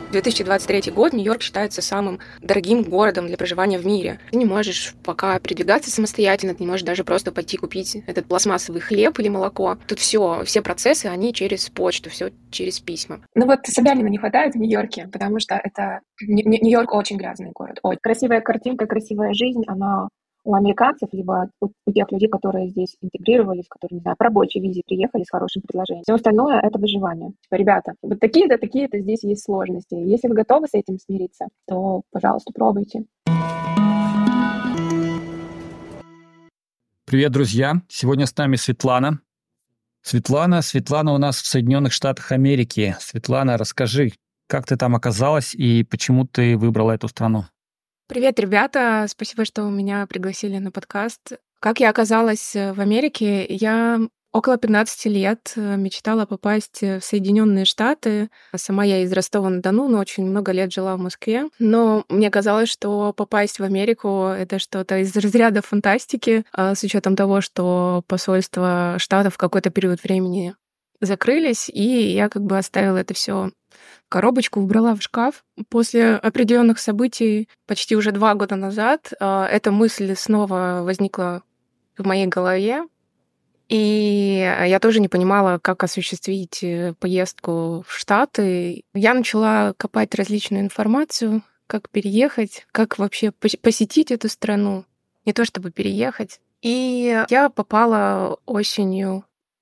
2023 год Нью-Йорк считается самым дорогим городом для проживания в мире. Ты не можешь пока передвигаться самостоятельно, ты не можешь даже просто пойти купить этот пластмассовый хлеб или молоко. Тут все процессы, они через почту, все через письма. Ну вот собянина не хватает в Нью-Йорке, потому что это Нью-Йорк очень грязный город. Ой, красивая картинка, красивая жизнь, она у американцев, либо у тех людей, которые здесь интегрировались, которые, не знаю, по рабочей визе приехали с хорошим предложением. Все остальное — это выживание. Типа, ребята, вот такие-то здесь есть сложности. Если вы готовы с этим смириться, то, пожалуйста, пробуйте. Привет, друзья! Сегодня с нами Светлана. Светлана у нас в Соединенных Штатах Америки. Светлана, расскажи, как ты там оказалась и почему ты выбрала эту страну? Привет, ребята! Спасибо, что меня пригласили на подкаст. Как я оказалась в Америке? Я около 15 лет мечтала попасть в Соединенные Штаты. Сама я из Ростова-на-Дону, но очень много лет жила в Москве. Но мне казалось, что попасть в Америку — это что-то из разряда фантастики, с учетом того, что посольства Штатов в какой-то период времени закрылись, и я как бы оставила это все коробочку, убрала в шкаф. После определенных событий почти уже 2 года назад эта мысль снова возникла в моей голове, и я тоже не понимала, как осуществить поездку в Штаты. Я начала копать различную информацию, как переехать, как вообще посетить эту страну, не то чтобы переехать. И я попала осенью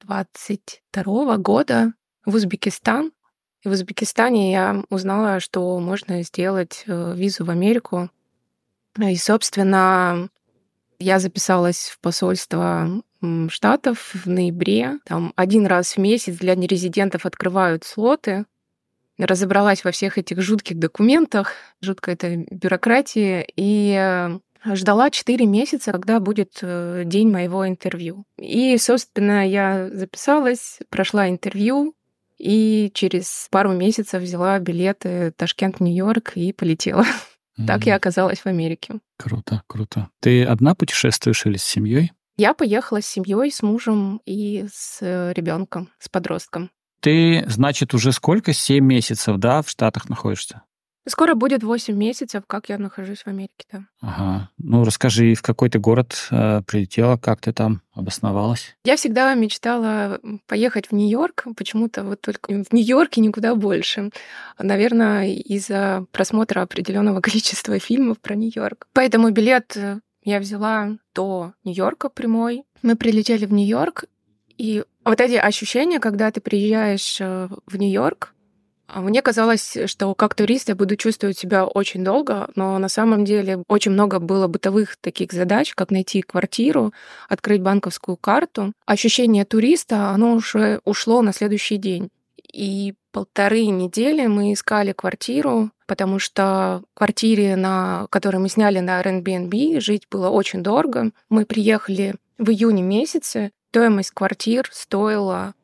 22 года в Узбекистан. И в Узбекистане я узнала, что можно сделать визу в Америку. И, собственно, я записалась в посольство Штатов в ноябре. Там 1 раз в месяц для нерезидентов открывают слоты. Разобралась во всех этих жутких документах, жуткой этой бюрократии, и ждала 4 месяца, когда будет день моего интервью. И, собственно, я записалась, прошла интервью, и через пару месяцев взяла билеты Ташкент-Нью-Йорк и полетела. Так я оказалась в Америке. Круто, круто. Ты одна путешествуешь или с семьей? Я поехала с семьей, с мужем и с ребенком, с подростком. Ты, значит, уже сколько? 7 месяцев, да, в Штатах находишься? Скоро будет 8 месяцев, как я нахожусь в Америке, да. Ага. Ну, расскажи, в какой ты город прилетела, как ты там обосновалась? Я всегда мечтала поехать в Нью-Йорк, почему-то вот только в Нью-Йорке никуда больше. Наверное, из-за просмотра определенного количества фильмов про Нью-Йорк. Поэтому билет я взяла до Нью-Йорка прямой. Мы прилетели в Нью-Йорк, и вот эти ощущения, когда ты приезжаешь в Нью-Йорк, мне казалось, что как турист я буду чувствовать себя очень долго, но на самом деле очень много было бытовых таких задач, как найти квартиру, открыть банковскую карту. Ощущение туриста, оно уже ушло на следующий день. И 1,5 недели мы искали квартиру, потому что в квартире, которую мы сняли на Airbnb, жить было очень дорого. Мы приехали в июне месяце, стоимость квартир стоила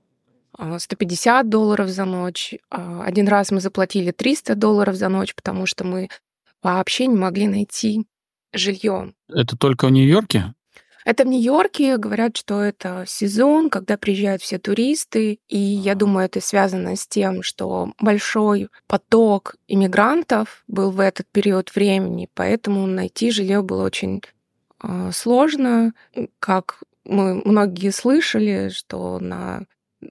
$150 за ночь. 1 раз мы заплатили $300 за ночь, потому что мы вообще не могли найти жилье. Это только в Нью-Йорке? Это в Нью-Йорке. Говорят, что это сезон, когда приезжают все туристы. И я думаю, это связано с тем, что большой поток иммигрантов был в этот период времени, поэтому найти жилье было очень сложно. Как мы многие слышали, что на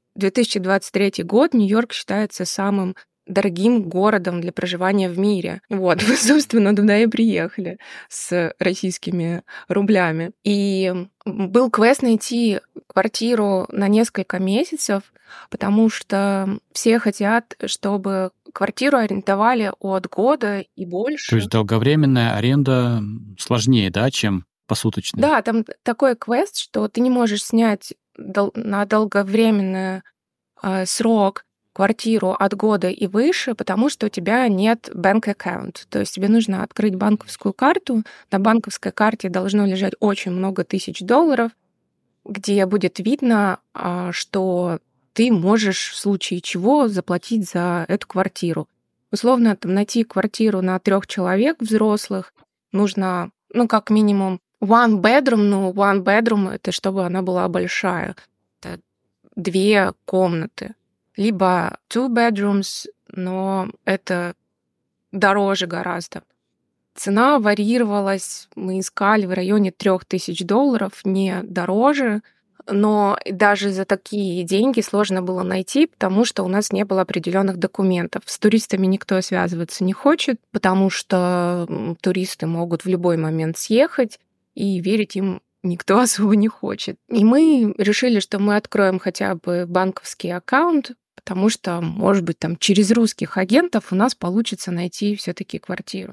2023 год Нью-Йорк считается самым дорогим городом для проживания в мире. Вот, мы, собственно, туда и приехали с российскими рублями. И был квест найти квартиру на несколько месяцев, потому что все хотят, чтобы квартиру арендовали от года и больше. То есть долговременная аренда сложнее, да, чем посуточная? Да, там такой квест, что ты не можешь снять на долговременный срок квартиру от года и выше, потому что у тебя нет bank account. То есть тебе нужно открыть банковскую карту. На банковской карте должно лежать очень много тысяч долларов, где будет видно, что ты можешь в случае чего заплатить за эту квартиру. Условно, там, найти квартиру на 3 человек взрослых нужно, как минимум, one bedroom, это чтобы она была большая. Это 2 комнаты. Либо 2 bedrooms, но это дороже гораздо. Цена варьировалась, мы искали в районе $3000, не дороже, но даже за такие деньги сложно было найти, потому что у нас не было определенных документов. С туристами никто связываться не хочет, потому что туристы могут в любой момент съехать, и верить им никто особо не хочет. И мы решили, что мы откроем хотя бы банковский аккаунт, потому что, может быть, там через русских агентов у нас получится найти все-таки квартиру.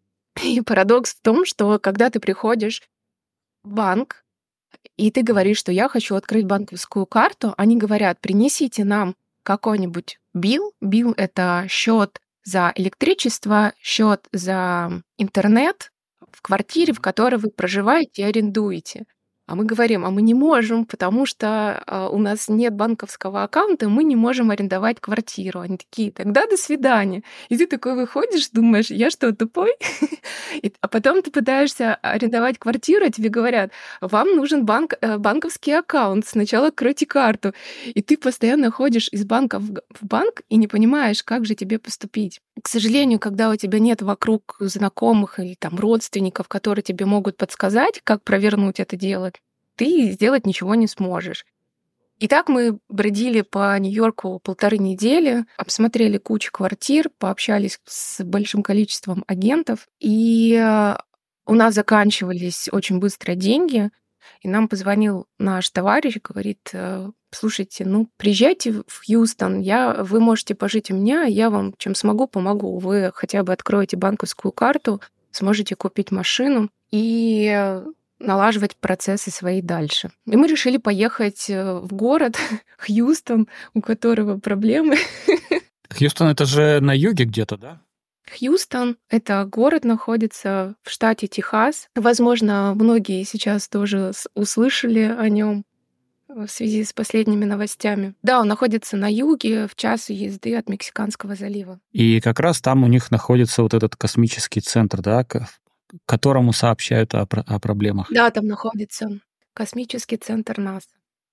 И парадокс в том, что когда ты приходишь в банк, и ты говоришь, что я хочу открыть банковскую карту, они говорят, принесите нам какой-нибудь билл. Билл — это счет за электричество, счет за интернет в квартире, в которой вы проживаете и арендуете. А мы говорим, а мы не можем, потому что у нас нет банковского аккаунта, мы не можем арендовать квартиру. Они такие, тогда до свидания. И ты такой выходишь, думаешь, я что, тупой? А потом ты пытаешься арендовать квартиру, а тебе говорят, вам нужен банковский аккаунт, сначала откройте карту. И ты постоянно ходишь из банка в банк и не понимаешь, как же тебе поступить. К сожалению, когда у тебя нет вокруг знакомых или там родственников, которые тебе могут подсказать, как провернуть это дело, ты сделать ничего не сможешь. Итак, мы бродили по Нью-Йорку 1,5 недели, обсмотрели кучу квартир, пообщались с большим количеством агентов, и у нас заканчивались очень быстро деньги, и нам позвонил наш товарищ, говорит, слушайте, приезжайте в Хьюстон, вы можете пожить у меня, я вам чем смогу, помогу. Вы хотя бы откроете банковскую карту, сможете купить машину и налаживать процессы свои дальше. И мы решили поехать в город Хьюстон, у которого проблемы. Хьюстон — это же на юге где-то, да? Хьюстон — это город, находится в штате Техас. Возможно, многие сейчас тоже услышали о нем в связи с последними новостями. Да, он находится на юге, в часе езды от Мексиканского залива. И как раз там у них находится вот этот космический центр, да, которому сообщают о проблемах. Да, там находится космический центр НАСА.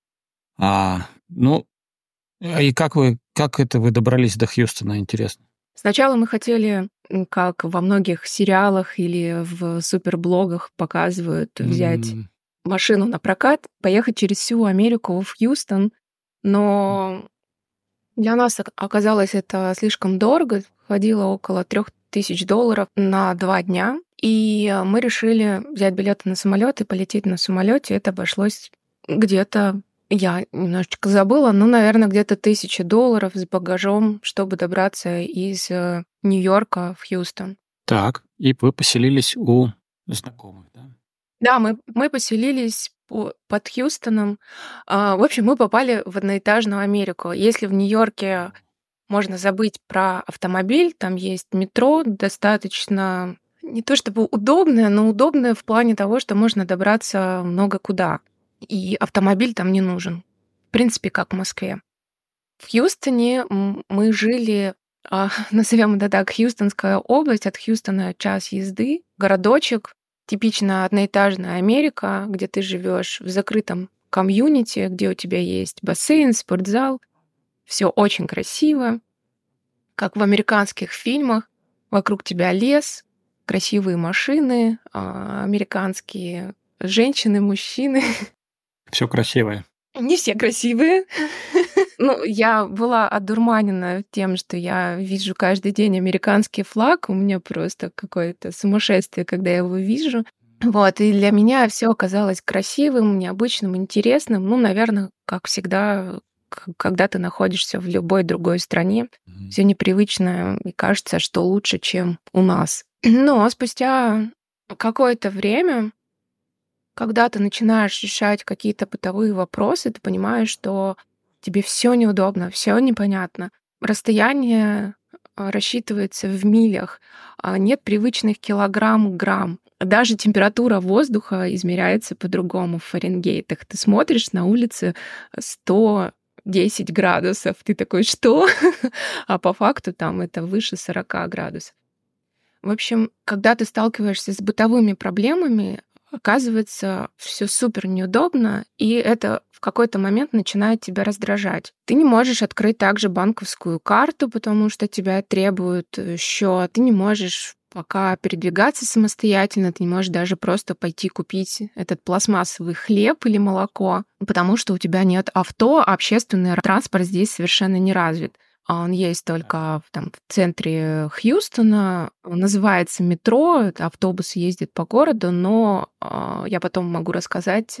И как это вы добрались до Хьюстона, интересно? Сначала мы хотели, как во многих сериалах или в суперблогах показывают, взять машину на прокат, поехать через всю Америку в Хьюстон, но для нас оказалось это слишком дорого, входило около $3000 на 2 дня, и мы решили взять билеты на самолет и полететь на самолете. Это обошлось где-то, я немножечко забыла, наверное, где-то $1000 с багажом, чтобы добраться из Нью-Йорка в Хьюстон. Так, и вы поселились у знакомых, да? Да, мы поселились под Хьюстоном. В общем, мы попали в одноэтажную Америку. Если в Нью-Йорке можно забыть про автомобиль, там есть метро, достаточно не то чтобы удобное, но удобное в плане того, что можно добраться много куда. И автомобиль там не нужен. В принципе, как в Москве. В Хьюстоне мы жили, назовем это так, Хьюстонская область, от Хьюстона час езды, городочек, типично одноэтажная Америка, где ты живешь в закрытом комьюнити, где у тебя есть бассейн, спортзал. Все очень красиво, как в американских фильмах. Вокруг тебя лес, красивые машины, американские женщины, мужчины. Все красивое. Не все красивые. Я была одурманена тем, что я вижу каждый день американский флаг. У меня просто какое-то сумасшествие, когда я его вижу. И для меня все оказалось красивым, необычным, интересным. Наверное, как всегда, когда ты находишься в любой другой стране, все непривычно, и кажется, что лучше, чем у нас. Но спустя какое-то время, когда ты начинаешь решать какие-то бытовые вопросы, ты понимаешь, что тебе все неудобно, все непонятно. Расстояние рассчитывается в милях, нет привычных килограмм-грамм. Даже температура воздуха измеряется по-другому в фаренгейтах. Ты смотришь, на улице 110 градусов. Ты такой, что? А по факту там это выше 40 градусов. В общем, когда ты сталкиваешься с бытовыми проблемами, оказывается, все супер неудобно, и это в какой-то момент начинает тебя раздражать. Ты не можешь открыть также банковскую карту, потому что тебя требуют счет. Ты не можешь пока передвигаться самостоятельно, ты не можешь даже просто пойти купить этот пластмассовый хлеб или молоко, потому что у тебя нет авто, а общественный транспорт здесь совершенно не развит. Он есть только там, в центре Хьюстона, называется метро, автобус ездит по городу, но я потом могу рассказать,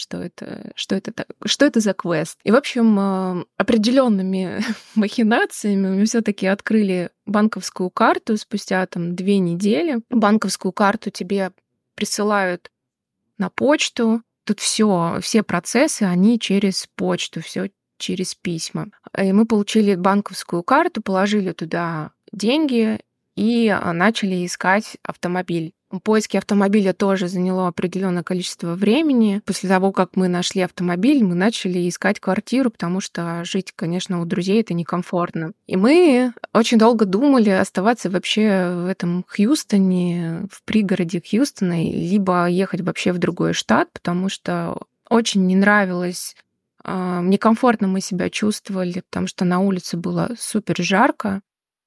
что это за квест. И, в общем, определенными махинациями мы все-таки открыли банковскую карту спустя там 2 недели. Банковскую карту тебе присылают на почту. Тут все процессы, они через почту, все через письма. И мы получили банковскую карту, положили туда деньги и начали искать автомобиль. Поиски автомобиля тоже заняло определенное количество времени. После того, как мы нашли автомобиль, мы начали искать квартиру, потому что жить, конечно, у друзей это некомфортно. И мы очень долго думали, оставаться вообще в этом Хьюстоне, в пригороде Хьюстона, либо ехать вообще в другой штат, потому что очень не нравилось. Некомфортно мы себя чувствовали, потому что на улице было супер жарко.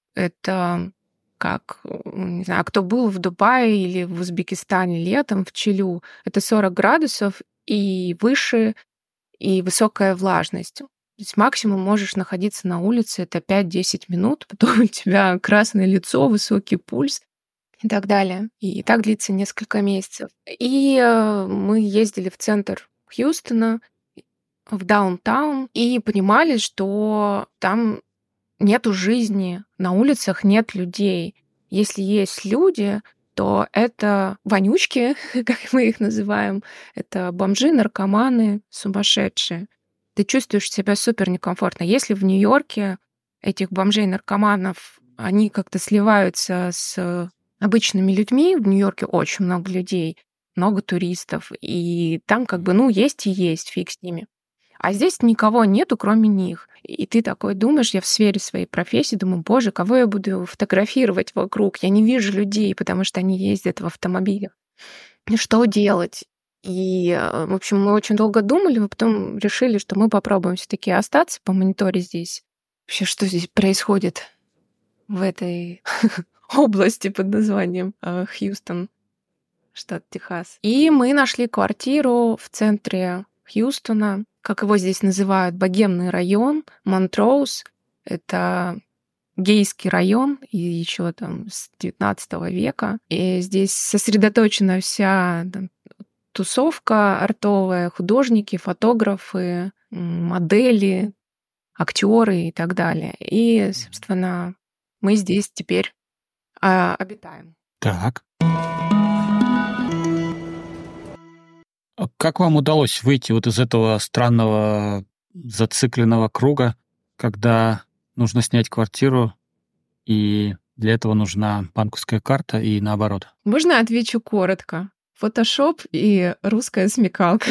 Это как, не знаю, кто был в Дубае или в Узбекистане летом, в Чилю, это 40 градусов и выше, и высокая влажность. То есть максимум можешь находиться на улице это 5-10 минут, потом у тебя красное лицо, высокий пульс и так далее. И так длится несколько месяцев. И мы ездили в центр Хьюстона, в даунтаун, и понимали, что там нету жизни, на улицах нет людей. Если есть люди, то это вонючки, как мы их называем, это бомжи, наркоманы, сумасшедшие. Ты чувствуешь себя супер некомфортно. Если в Нью-Йорке этих бомжей, наркоманов, они как-то сливаются с обычными людьми, в Нью-Йорке очень много людей, много туристов, и там как бы, есть и есть, фиг с ними. А здесь никого нету, кроме них. И ты такой думаешь, я в сфере своей профессии думаю, боже, кого я буду фотографировать вокруг? Я не вижу людей, потому что они ездят в автомобилях. Что делать? И, в общем, мы очень долго думали, но потом решили, что мы попробуем все-таки остаться, помониторить здесь. Вообще, что здесь происходит в этой области под названием Хьюстон, штат Техас. И мы нашли квартиру в центре Хьюстона, как его здесь называют, богемный район, Монтроуз. Это гейский район, и еще там с 19 века. И здесь сосредоточена вся тусовка артовая, художники, фотографы, модели, актеры и так далее. И, собственно, мы здесь теперь обитаем. Так. А как вам удалось выйти вот из этого странного зацикленного круга, когда нужно снять квартиру, и для этого нужна банковская карта, и наоборот? Можно отвечу коротко? Фотошоп и русская смекалка.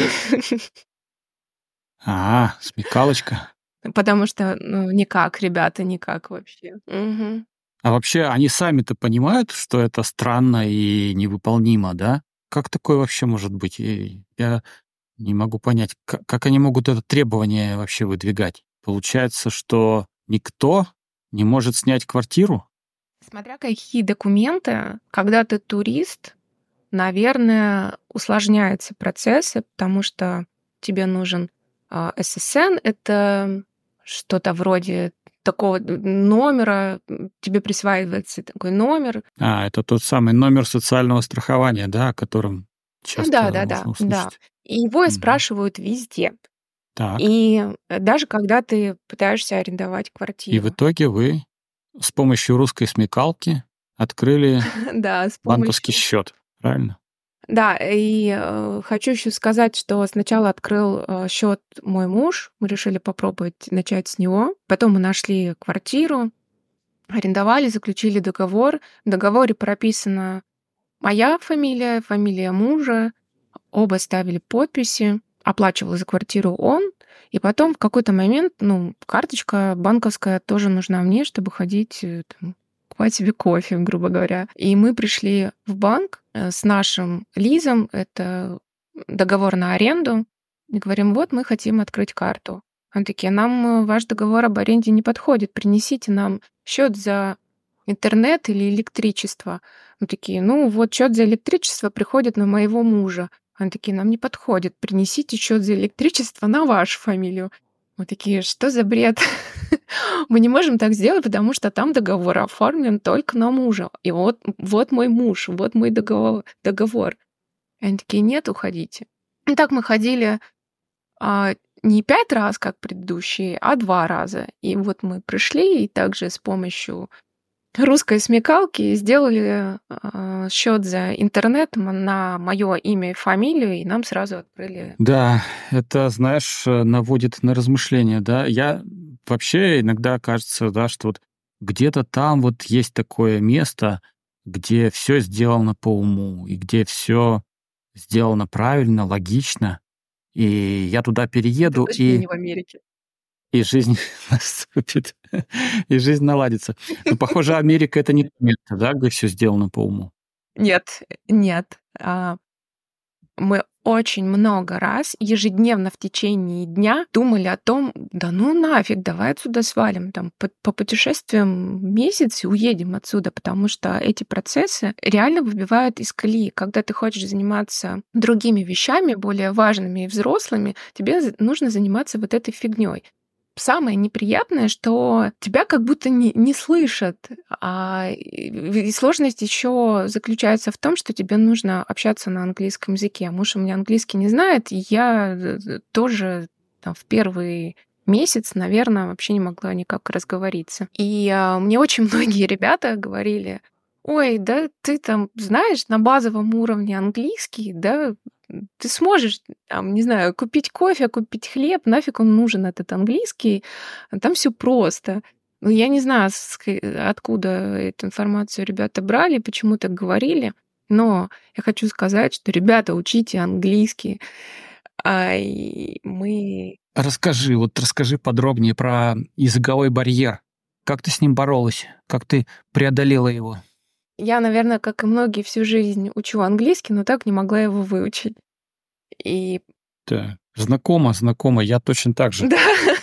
Смекалочка. Потому что, никак, ребята, никак вообще. Мгм. А вообще они сами-то понимают, что это странно и невыполнимо, да? Как такое вообще может быть? Я не могу понять, как они могут это требование вообще выдвигать. Получается, что никто не может снять квартиру? Смотря какие документы, когда ты турист, наверное, усложняются процессы, потому что тебе нужен ССН, это что-то вроде такого номера, тебе присваивается такой номер. Это тот самый номер социального страхования, да, о котором часто можно Да. услышать. И его Мгм. спрашивают везде. Так. И даже когда ты пытаешься арендовать И в квартиру. итоге вы с помощью русской смекалки открыли Да, с банковский помощью. счет, правильно? Да, и хочу еще сказать, что сначала открыл счет мой муж. Мы решили попробовать начать с него. Потом мы нашли квартиру, арендовали, заключили договор. В договоре прописана моя фамилия, фамилия мужа. Оба ставили подписи. Оплачивал за квартиру он. И потом в какой-то момент, карточка банковская тоже нужна мне, чтобы ходить, покупать себе кофе, грубо говоря. И мы пришли в банк с нашим лизом, это договор на аренду, и говорим, вот мы хотим открыть карту. Они такие, нам ваш договор об аренде не подходит, принесите нам счет за интернет или электричество. Мы такие, ну вот счет за электричество приходит на моего мужа. Они такие, нам не подходит, принесите счет за электричество на вашу фамилию. Мы такие, что за бред? Мы не можем так сделать, потому что там договор оформлен только на мужа. И вот мой муж, вот мой договор. Они такие, нет, уходите. И так мы ходили не 5 раз, как предыдущие, а 2 раза. И вот мы пришли, и также с помощью русской смекалки сделали счет за интернет на мое имя и фамилию, и нам сразу открыли. Да, это, знаешь, наводит на размышления, да. Я вообще иногда кажется, да, что вот где-то там вот есть такое место, где все сделано по уму, и где все сделано правильно, логично. И я туда перееду, Точно не в Америке. и жизнь наступит, и жизнь наладится. Но, похоже, Америка — это не то место, да, где все сделано по уму. Нет. Мы очень много раз ежедневно в течение дня думали о том, да ну нафиг, давай отсюда свалим, там, по путешествиям месяц и уедем отсюда, потому что эти процессы реально выбивают из колеи. Когда ты хочешь заниматься другими вещами, более важными и взрослыми, тебе нужно заниматься вот этой фигней. Самое неприятное, что тебя как будто не слышат. И сложность еще заключается в том, что тебе нужно общаться на английском языке. Муж у меня английский не знает, и я тоже там, в первый месяц, наверное, вообще не могла никак разговориться. И мне очень многие ребята говорили, ой, да ты там знаешь на базовом уровне английский, да, ты сможешь, там, не знаю, купить кофе, купить хлеб, нафиг он нужен, этот английский, там все просто. Ну, я не знаю, откуда эту информацию ребята брали, почему так говорили, но я хочу сказать, что, ребята, учите английский. И мы... Расскажи подробнее про языковой барьер. Как ты с ним боролась? Как ты преодолела его? Я, наверное, как и многие, всю жизнь учу английский, но так не могла его выучить. И Да, знакомо, я точно так же. да,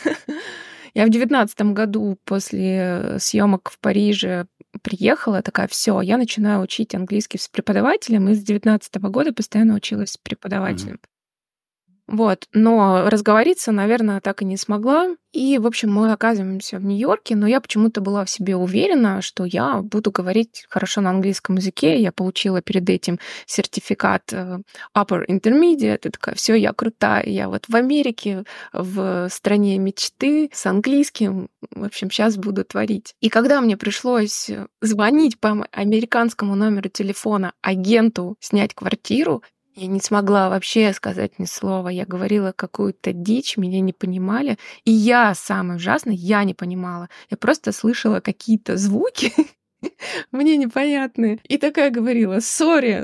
я в 19 году после съемок в Париже приехала, такая, все, я начинаю учить английский с преподавателем, и с 19 года постоянно училась с преподавателем. Вот, но разговориться, наверное, так и не смогла. И, в общем, мы оказываемся в Нью-Йорке, но я почему-то была в себе уверена, что я буду говорить хорошо на английском языке. Я получила перед этим сертификат Upper Intermediate. И такая, все, я крутая. Я вот в Америке, в стране мечты, с английским. В общем, сейчас буду творить. И когда мне пришлось звонить по американскому номеру телефона агенту снять квартиру, я не смогла вообще сказать ни слова. Я говорила какую-то дичь, меня не понимали. И я, самое ужасное, я не понимала. Я просто слышала какие-то звуки, мне непонятные. И такая говорила «сори»,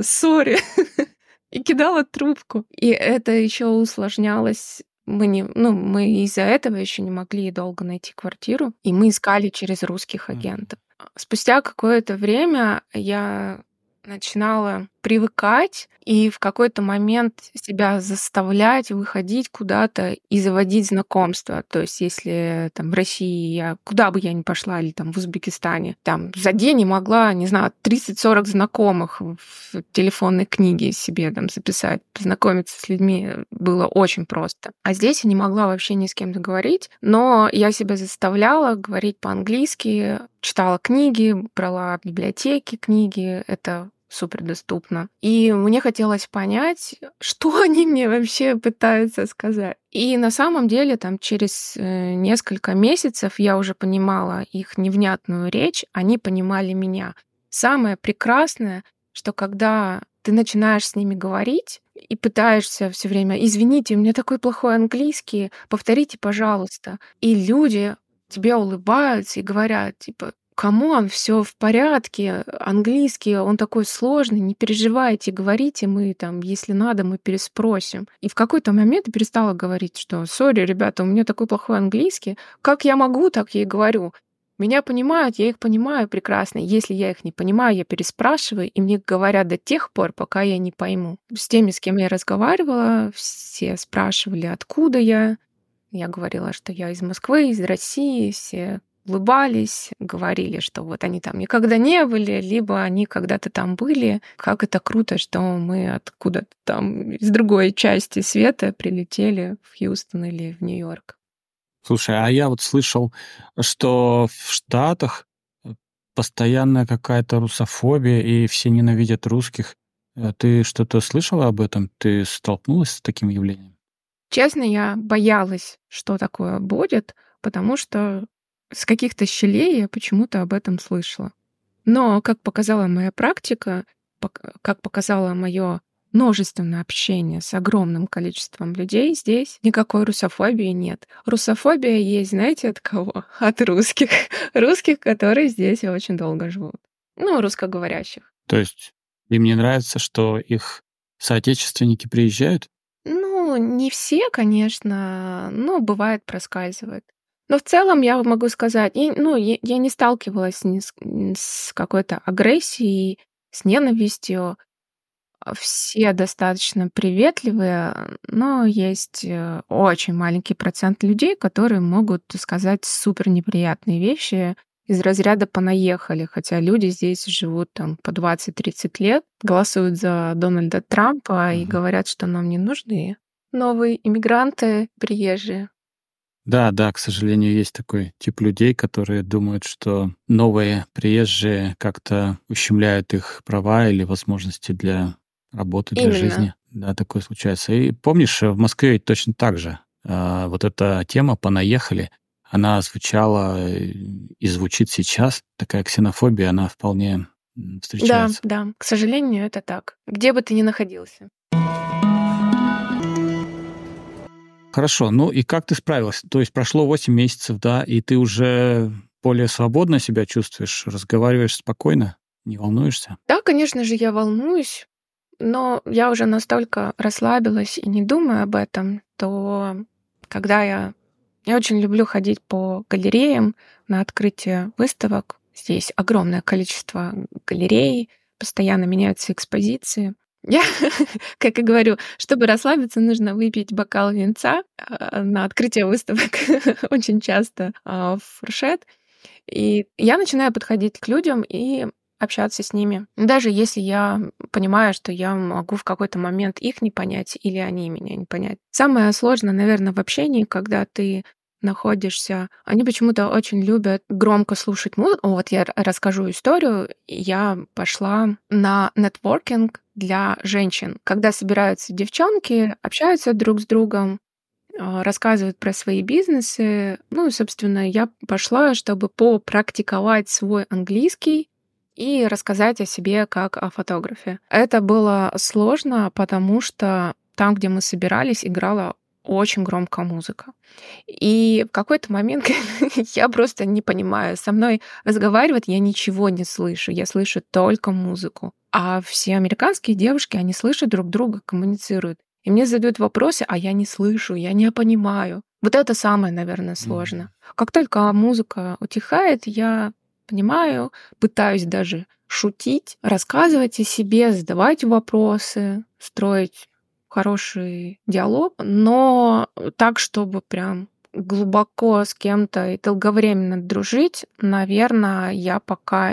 и кидала трубку. И это еще усложнялось. Мы из-за этого еще не могли долго найти квартиру, и мы искали через русских агентов. Спустя какое-то время я начинала привыкать и в какой-то момент себя заставлять выходить куда-то и заводить знакомства. То есть если там в России куда бы я ни пошла, или там в Узбекистане, там за день я могла, не знаю, 30-40 знакомых в телефонной книге себе там записать. Познакомиться с людьми было очень просто. А здесь я не могла вообще ни с кем договорить, но я себя заставляла говорить по-английски, читала книги, брала в библиотеке книги. Это супер доступно. И мне хотелось понять, что они мне вообще пытаются сказать. И на самом деле там через несколько месяцев я уже понимала их невнятную речь, они понимали меня. Самое прекрасное, что когда ты начинаешь с ними говорить и пытаешься все время, извините, у меня такой плохой английский, повторите, пожалуйста. И люди тебе улыбаются и говорят, типа, камон, все в порядке, английский, он такой сложный, не переживайте, говорите, мы там, если надо, мы переспросим. И в какой-то момент я перестала говорить, что, сори, ребята, у меня такой плохой английский, как я могу, так я и говорю. Меня понимают, я их понимаю прекрасно. Если я их не понимаю, я переспрашиваю, и мне говорят до тех пор, пока я не пойму. С теми, с кем я разговаривала, все спрашивали, откуда я. Я говорила, что я из Москвы, из России. Все улыбались, говорили, что вот они там никогда не были, либо они когда-то там были. Как это круто, что мы откуда-то там из другой части света прилетели в Хьюстон или в Нью-Йорк. Слушай, а я вот слышал, что в Штатах постоянная какая-то русофобия, и все ненавидят русских. Ты что-то слышала об этом? Ты столкнулась с таким явлением? Честно, я боялась, что такое будет, потому что с каких-то щелей я почему-то об этом слышала. Но, как показала моя практика, как показало мое множественное общение с огромным количеством людей, здесь никакой русофобии нет. Русофобия есть, знаете, от кого? От русских. Русских, которые здесь очень долго живут. Ну, русскоговорящих. То есть им не нравится, что их соотечественники приезжают? Ну, не все, конечно, но бывает проскальзывает. Но в целом я могу сказать, я не сталкивалась с какой-то агрессией, с ненавистью. Все достаточно приветливые, но есть очень маленький процент людей, которые могут сказать супер неприятные вещи из разряда «понаехали», хотя люди здесь живут там по 20-30 лет, голосуют за Дональда Трампа и говорят, что нам не нужны новые иммигранты, приезжие. Да, да, к сожалению, есть такой тип людей, которые думают, что новые приезжие как-то ущемляют их права или возможности для работы, для Именно. жизни. Да, такое случается. И помнишь, в Москве ведь точно так же. Вот эта тема «понаехали», она звучала и звучит сейчас. Такая ксенофобия, она вполне Да, встречается. да, к сожалению, это так. Где бы ты ни находился. Хорошо, ну и как ты справилась? То есть прошло 8 месяцев, да, и ты уже более свободно себя чувствуешь, разговариваешь спокойно, не волнуешься? Да, конечно же, я волнуюсь, но я уже настолько расслабилась и не думаю об этом, то когда я очень люблю ходить по галереям на открытие выставок. Здесь огромное количество галерей, постоянно меняются экспозиции. Я, как и говорю, чтобы расслабиться, нужно выпить бокал винца на открытие выставок очень часто в фуршет. И я начинаю подходить к людям и общаться с ними. Даже если я понимаю, что я могу в какой-то момент их не понять или они меня не понять. Самое сложное, наверное, в общении, когда ты находишься... Они почему-то очень любят громко слушать музыку. Вот я расскажу историю. Я пошла на нетворкинг для женщин. Когда собираются девчонки, общаются друг с другом, рассказывают про свои бизнесы. Ну и, собственно, я пошла, чтобы попрактиковать свой английский и рассказать о себе как о фотографе. Это было сложно, потому что там, где мы собирались, играла очень громко музыка. И в какой-то момент я просто не понимаю. Со мной разговаривают, я ничего не слышу. Я слышу только музыку. А все американские девушки, они слышат друг друга, коммуницируют. И мне задают вопросы, а я не слышу, я не понимаю. Вот это самое, наверное, сложно. Как только музыка утихает, я понимаю, пытаюсь даже шутить, рассказывать о себе, задавать вопросы, строить хороший диалог, но так, чтобы прям глубоко с кем-то и долговременно дружить, наверное, я пока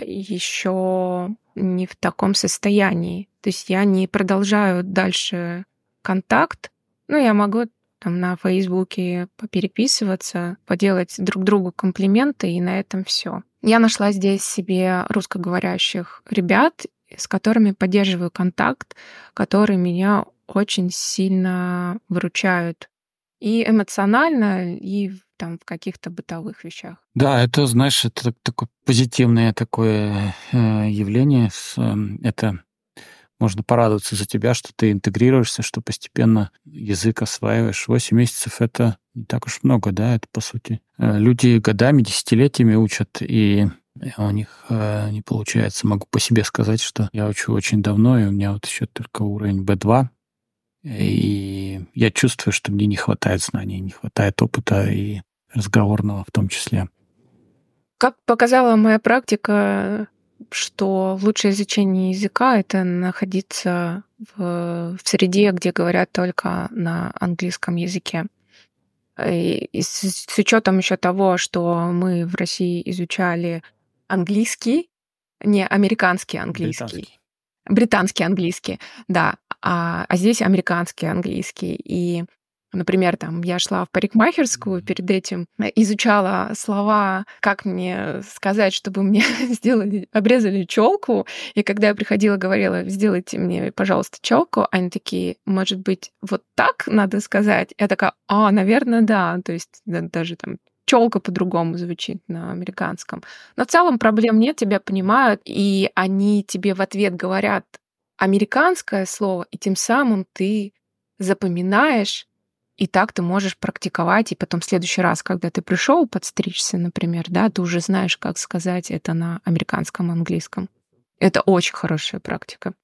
еще не в таком состоянии. То есть я не продолжаю дальше контакт. Ну, я могу там на Фейсбуке попереписываться, поделать друг другу комплименты, и на этом все. Я нашла здесь себе русскоговорящих ребят, с которыми поддерживаю контакт, которые меня очень сильно выручают и эмоционально, и там в каких-то бытовых вещах. Да, это, знаешь, это такое позитивное такое явление. Это можно порадоваться за тебя, что ты интегрируешься, что постепенно язык осваиваешь. 8 месяцев — это не так уж много, да, это по сути. Люди годами, десятилетиями учат, и у них не получается. Могу по себе сказать, что я учу очень давно, и у меня вот еще только уровень B2, и я чувствую, что мне не хватает знаний, не хватает опыта и разговорного в том числе. Как показала моя практика, что лучшее изучение языка — это находиться в среде, где говорят только на английском языке. И с учетом еще того, что мы в России изучали английский, не американский английский, британский английский, да, а здесь американский английский. И, например, там я шла в парикмахерскую, перед этим изучала слова, как мне сказать, чтобы мне обрезали челку. И когда я приходила, говорила: сделайте мне, пожалуйста, челку, они такие: может быть, вот так надо сказать? Я такая: наверное, да. То есть даже там челка по-другому звучит на американском. Но в целом проблем нет, тебя понимают, и они тебе в ответ говорят американское слово, и тем самым ты запоминаешь, и так ты можешь практиковать, и потом в следующий раз, когда ты пришел подстричься, например, да, ты уже знаешь, как сказать это на американском английском. Это очень хорошая практика.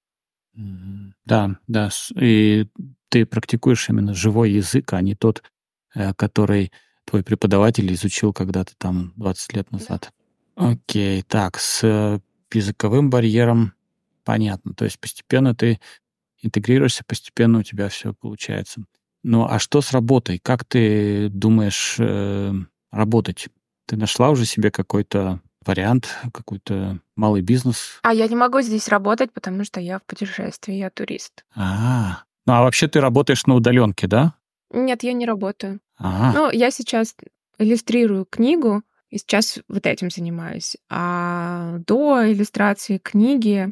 Да, да. И ты практикуешь именно живой язык, а не тот, который твой преподаватель изучил когда-то там 20 лет назад. Да. Окей, так, с языковым барьером понятно. То есть постепенно ты интегрируешься, постепенно у тебя все получается. Ну, а что с работой? Как ты думаешь работать? Ты нашла уже себе какой-то вариант, какой-то малый бизнес? Я не могу здесь работать, потому что я в путешествии, я турист. Ну, а вообще ты работаешь на удаленке, да? Нет, я не работаю. Ага. Ну, я сейчас иллюстрирую книгу, и сейчас вот этим занимаюсь. А до иллюстрации книги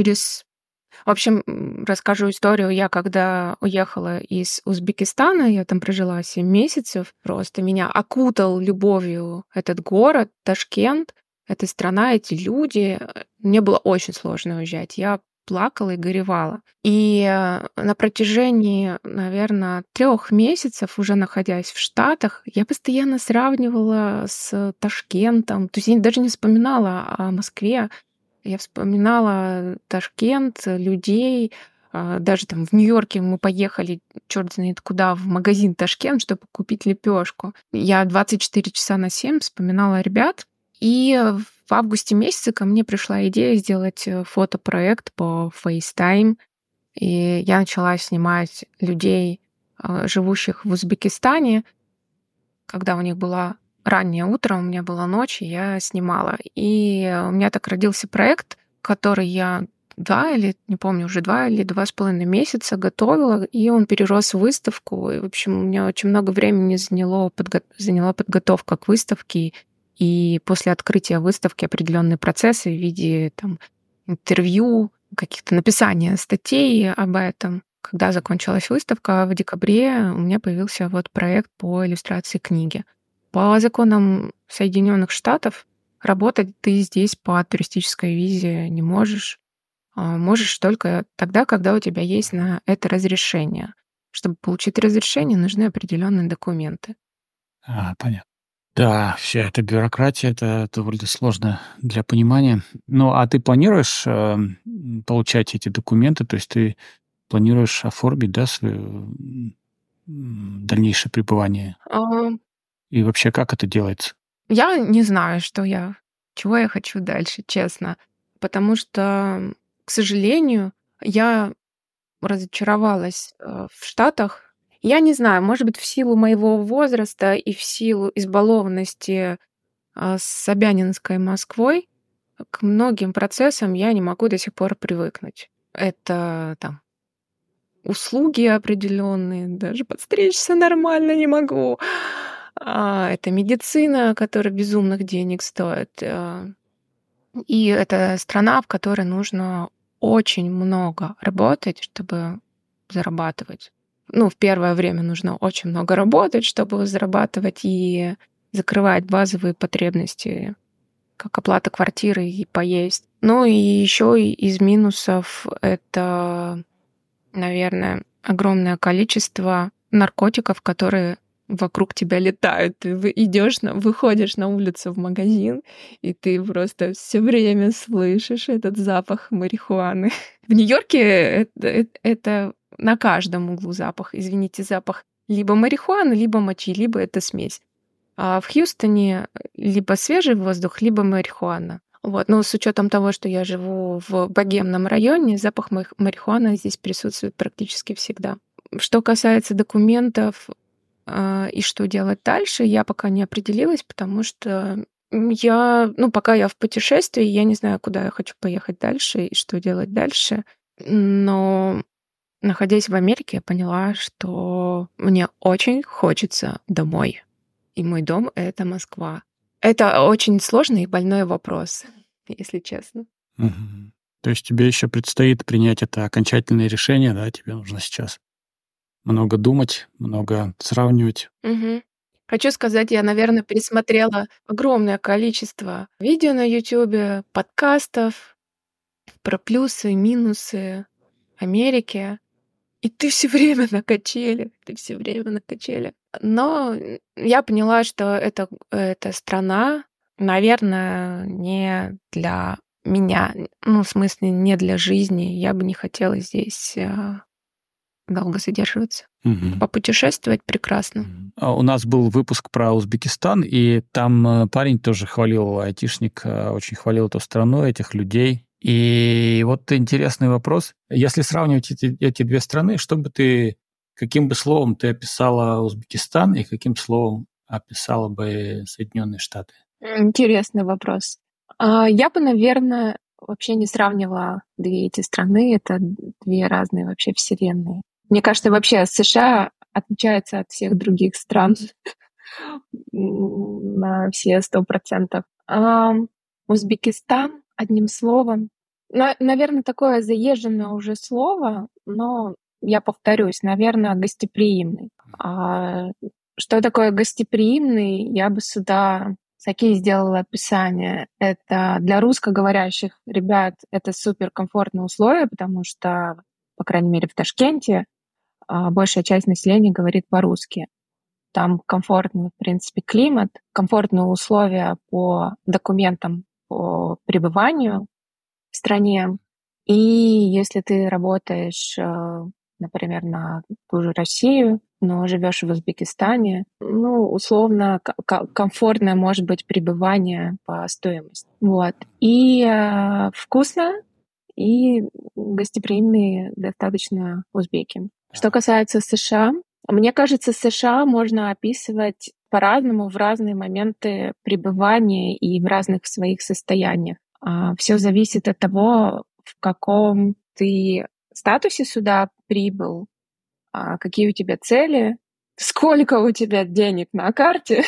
В общем, расскажу историю. Я когда уехала из Узбекистана, я там прожила 7 месяцев, просто меня окутал любовью этот город, Ташкент, эта страна, эти люди. Мне было очень сложно уезжать. Я плакала и горевала. И на протяжении, наверное, 3 месяцев, уже находясь в Штатах, я постоянно сравнивала с Ташкентом. То есть я даже не вспоминала о Москве. Я вспоминала Ташкент, людей. Даже там в Нью-Йорке мы поехали, черт знает куда, в магазин Ташкент, чтобы купить лепешку. Я 24 часа на 7 вспоминала ребят. И в августе месяце ко мне пришла идея сделать фотопроект по FaceTime. И я начала снимать людей, живущих в Узбекистане, когда у них было раннее утро, у меня была ночь, и я снимала. И у меня так родился проект, который я 2 или 2,5 месяца готовила, и он перерос в выставку. И, в общем, у меня очень много времени заняла подготовка к выставке, и после открытия выставки определенные процессы в виде там, интервью, каких-то написания статей об этом. Когда закончилась выставка в декабре, у меня появился вот проект по иллюстрации книги. По законам Соединенных Штатов работать ты здесь по туристической визе не можешь. Можешь только тогда, когда у тебя есть на это разрешение. Чтобы получить разрешение, нужны определенные документы. Понятно. Да, вся эта бюрократия, это довольно сложно для понимания. Ну, а ты планируешь получать эти документы? То есть ты планируешь оформить, да, свое дальнейшее пребывание? И вообще, как это делается? Я не знаю, чего я хочу дальше, честно. Потому что, к сожалению, я разочаровалась в Штатах. Я не знаю, может быть, в силу моего возраста и в силу избалованности Собянинской Москвой к многим процессам я не могу до сих пор привыкнуть. Это там услуги определенные, даже подстричься нормально не могу. Это медицина, которая безумных денег стоит. И это страна, в которой нужно очень много работать, чтобы зарабатывать. В первое время нужно очень много работать, чтобы зарабатывать и закрывать базовые потребности, как оплата квартиры и поесть. И еще из минусов это, наверное, огромное количество наркотиков, которые вокруг тебя летают. Ты выходишь на улицу в магазин, и ты просто все время слышишь этот запах марихуаны. В Нью-Йорке это на каждом углу запах. Извините, запах либо марихуаны, либо мочи, либо это смесь. А в Хьюстоне либо свежий воздух, либо марихуана. Вот. Но с учетом того, что я живу в богемном районе, запах марихуаны здесь присутствует практически всегда. Что касается документов и что делать дальше, я пока не определилась, потому что пока я в путешествии, я не знаю, куда я хочу поехать дальше и что делать дальше. Но находясь в Америке, я поняла, что мне очень хочется домой. И мой дом — это Москва. Это очень сложный и больной вопрос, если честно. Мгм. То есть тебе еще предстоит принять это окончательное решение, да? Тебе нужно сейчас много думать, много сравнивать. Мгм. Хочу сказать, я, наверное, пересмотрела огромное количество видео на Ютубе, подкастов про плюсы и минусы Америки. И ты все время на качели, ты все время на качели. Но я поняла, что эта страна, наверное, не для меня. Ну, в смысле, не для жизни. Я бы не хотела здесь долго задерживаться. Мгм. Попутешествовать прекрасно. У нас был выпуск про Узбекистан, и там парень тоже хвалил, айтишник, очень хвалил эту страну, этих людей. И вот интересный вопрос. Если сравнивать эти две страны, каким бы словом ты описала Узбекистан и каким словом описала бы Соединенные Штаты? Интересный вопрос. Я бы, наверное, вообще не сравнивала две эти страны. Это две разные вообще вселенные. Мне кажется, вообще США отличается от всех других стран на все 100%. Узбекистан, одним словом. Наверное, такое заезженное уже слово, но я повторюсь, наверное, гостеприимный. Что такое гостеприимный? Я бы сюда такие сделала описание. Это для русскоговорящих ребят это суперкомфортные условия, потому что, по крайней мере, в Ташкенте большая часть населения говорит по-русски. Там комфортный, в принципе, климат, комфортные условия по документам по пребыванию в стране. И если ты работаешь, например, на ту же Россию, но живешь в Узбекистане, условно, комфортное может быть пребывание по стоимости. Вот. И вкусно, и гостеприимные достаточно узбеки. Что касается США, мне кажется, США можно описывать по-разному в разные моменты пребывания и в разных своих состояниях. Все зависит от того, в каком ты статусе сюда прибыл, какие у тебя цели, сколько у тебя денег на карте.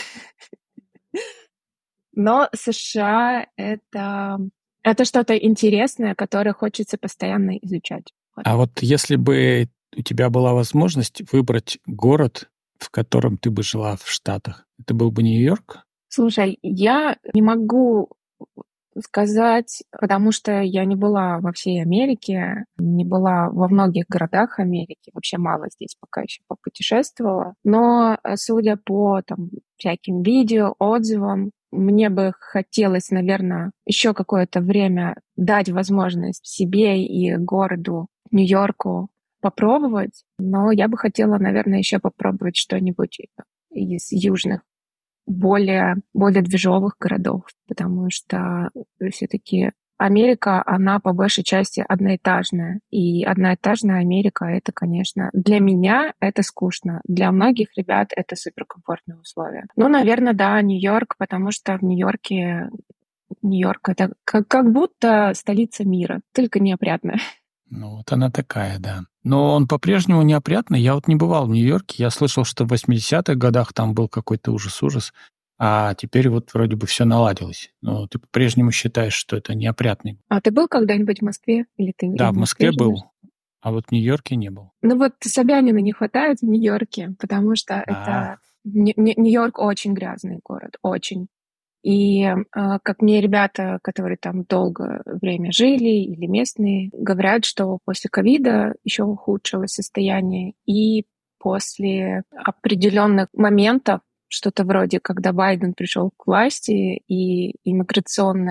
Но США — это что-то интересное, которое хочется постоянно изучать. А вот если бы у тебя была возможность выбрать город, в котором ты бы жила в Штатах, это был бы Нью-Йорк? Слушай, я не могу сказать, потому что я не была во всей Америке, не была во многих городах Америки, вообще мало здесь пока еще попутешествовала. Но судя по всяким видео, отзывам, мне бы хотелось, наверное, еще какое-то время дать возможность себе и городу Нью-Йорку попробовать, но я бы хотела, наверное, еще попробовать что-нибудь из южных более движовых городов, потому что все-таки Америка, она по большей части одноэтажная. И одноэтажная Америка — это, конечно, для меня это скучно. Для многих ребят это суперкомфортные условия. Наверное, да, Нью-Йорк, потому что в Нью-Йорк — это как будто столица мира, только неопрятная. Вот она такая, да. Но он по-прежнему неопрятный. Я вот не бывал в Нью-Йорке. Я слышал, что в 80-х годах там был какой-то ужас-ужас, а теперь вот вроде бы все наладилось. Но ты по-прежнему считаешь, что это неопрятный. А ты был когда-нибудь в Москве? Или ты Да, в Москве живешь? был, а вот в Нью-Йорке не был. Собянина не хватает в Нью-Йорке, потому что это Нью-Йорк очень грязный город, очень. И как мне ребята, которые там долгое время жили, или местные, говорят, что после ковида еще ухудшилось состояние, и после определенных моментов, что-то вроде, когда Байден пришел к власти, и иммиграционная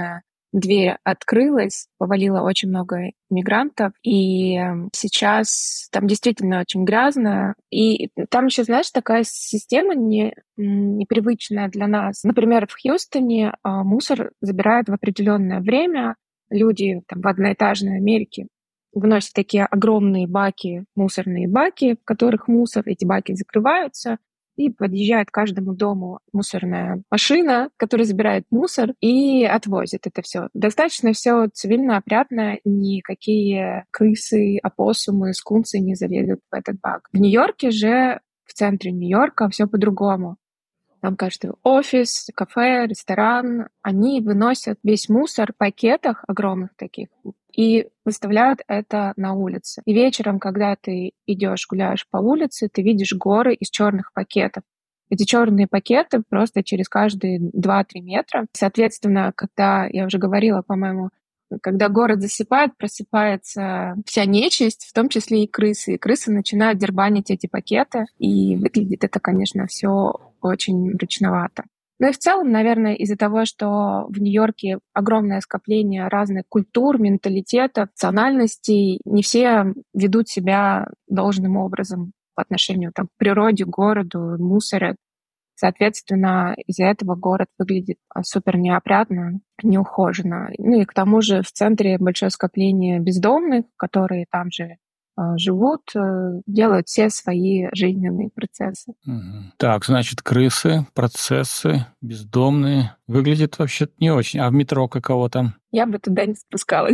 дверь открылась, повалило очень много мигрантов, и сейчас там действительно очень грязно. И там еще, знаешь, такая система непривычная для нас. Например, в Хьюстоне мусор забирают в определенное время. Люди там в одноэтажной Америке выносят такие огромные баки, мусорные баки, в которых мусор, эти баки закрываются, и подъезжает к каждому дому мусорная машина, которая забирает мусор и отвозит это все. Достаточно все цивильно, опрятно, никакие крысы, опоссумы, скунсы не залезут в этот бак. В Нью-Йорке же, в центре Нью-Йорка, все по-другому. Там каждый офис, кафе, ресторан, они выносят весь мусор в пакетах огромных таких и выставляют это на улице. И вечером, когда ты идешь, гуляешь по улице, ты видишь горы из черных пакетов. Эти черные пакеты просто через каждые 2-3 метра. Соответственно, когда, я уже говорила, по-моему, когда город засыпает, просыпается вся нечисть, в том числе и крысы. И крысы начинают дербанить эти пакеты, и выглядит это, конечно, все очень мрачновато. Ну и в целом, наверное, из-за того, что в Нью-Йорке огромное скопление разных культур, менталитетов, национальностей, не все ведут себя должным образом по отношению там, к природе, городу, мусору. Соответственно, из-за этого город выглядит супер неопрятно, неухоженно. Ну и к тому же в центре большое скопление бездомных, которые там же живут, делают все свои жизненные процессы. Так, значит, крысы, процессы, бездомные. Выглядит вообще не очень. А в метро каково там? Я бы туда не спускалась.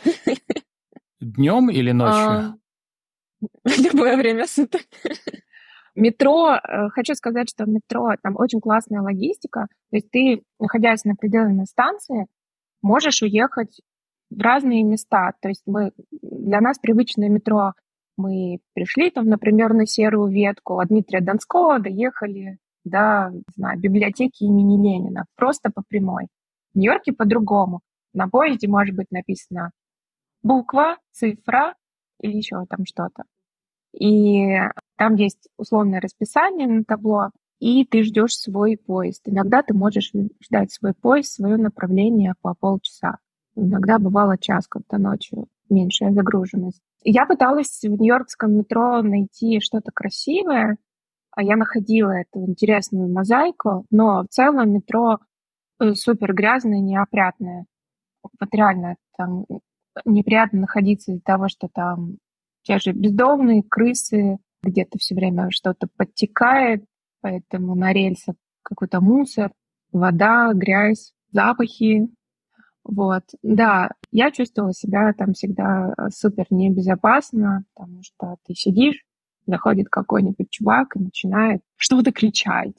Днем или ночью? В любое время суток. Метро, хочу сказать, что метро, там очень классная логистика. То есть ты, находясь на определенной станции, можешь уехать в разные места. То есть для нас привычное метро. Мы пришли, там, например, на Серую ветку от Дмитрия Донского, доехали до, не знаю, библиотеки имени Ленина. Просто по прямой. В Нью-Йорке по-другому. На поезде может быть написано буква, цифра или еще там что-то. И там есть условное расписание на табло, и ты ждешь свой поезд. Иногда ты можешь ждать свой поезд, свое направление по полчаса. Иногда бывало час, когда ночью меньшая загруженность. Я пыталась в нью-йоркском метро найти что-то красивое, а я находила эту интересную мозаику, но в целом метро супер грязное, неопрятное. Вот реально там неприятно находиться из-за того, что там те же бездомные, крысы, где-то все время что-то подтекает, поэтому на рельсах какой-то мусор, вода, грязь, запахи. Вот. Да, я чувствовала себя там всегда супер небезопасно, потому что ты сидишь, заходит какой-нибудь чувак и начинает что-то кричать.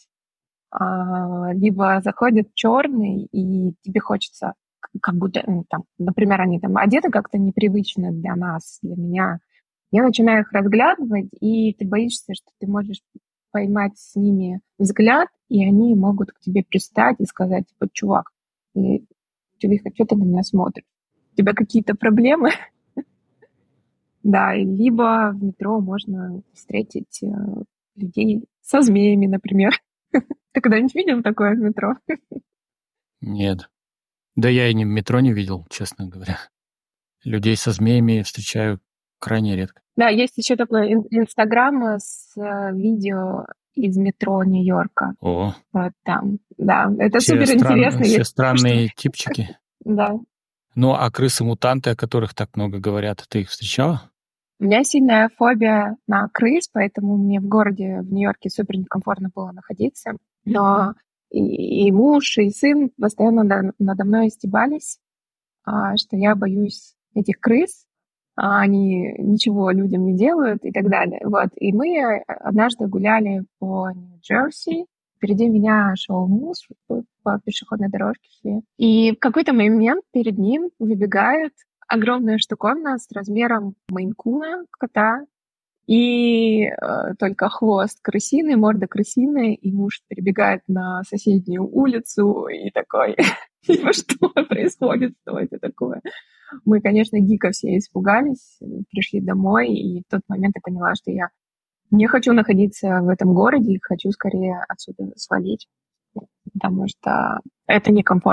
Либо заходит черный, и тебе хочется как будто, там, например, они там одеты как-то непривычно для нас, для меня. Я начинаю их разглядывать, и ты боишься, что ты можешь поймать с ними взгляд, и они могут к тебе пристать и сказать, типа, чувак, что ты на меня смотришь? У тебя какие-то проблемы? Да, либо в метро можно встретить людей со змеями, например. Ты когда-нибудь видел такое в метро? Нет. Да я и в метро не видел, честно говоря. Людей со змеями встречаю крайне редко. Да, есть еще такой Инстаграм с видео из метро Нью-Йорка. О. Вот там, да. Это супер интересно. Все странные типчики. Да. Ну, а крысы-мутанты, о которых так много говорят, ты их встречала? У меня сильная фобия на крыс, поэтому мне в городе, в Нью-Йорке, супер некомфортно было находиться. Но и муж, и сын постоянно надо мной стебались, что я боюсь этих крыс, они ничего людям не делают и так далее. Вот. И мы однажды гуляли по Нью-Джерси. Впереди меня шел муж, по пешеходной дорожке шли. И в какой-то момент перед ним выбегает огромная штуковина с размером мейн-куна, кота, и только хвост крысиный, морда крысиная, и муж перебегает на соседнюю улицу и такой, типа, что происходит, что это такое? Мы, конечно, дико все испугались, пришли домой, и в тот момент я поняла, что я не хочу находиться в этом городе, хочу скорее отсюда свалить, потому что это некомфортно.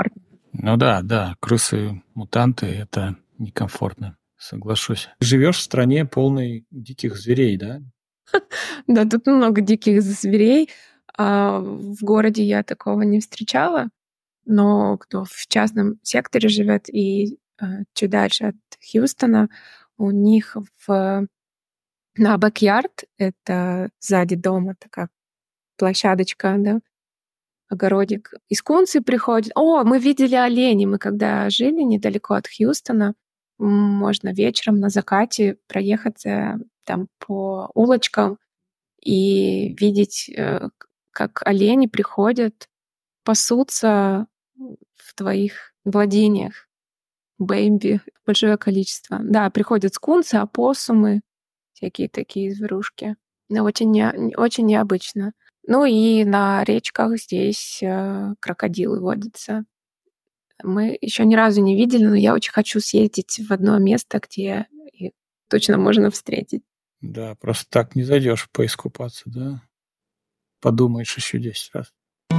Ну да, да, крысы-мутанты — это некомфортно, соглашусь. Живешь в стране полной диких зверей, да? Да, тут много диких зверей. В городе я такого не встречала, но кто в частном секторе живет и чуть дальше от Хьюстона, у них на бэк-ярд, это сзади дома такая площадочка, да, огородик. И скунсы приходят. О, мы видели оленей. Мы когда жили недалеко от Хьюстона, можно вечером на закате проехаться там по улочкам и видеть, как олени приходят, пасутся в твоих владениях. Бэмби, большое количество. Да, приходят скунсы, опоссумы, всякие такие зверушки. Но очень необычно. Ну и на речках здесь крокодилы водятся. Мы еще ни разу не видели, но я очень хочу съездить в одно место, где их точно можно встретить. Да, просто так не зайдешь поискупаться, да? Подумаешь еще 10 раз.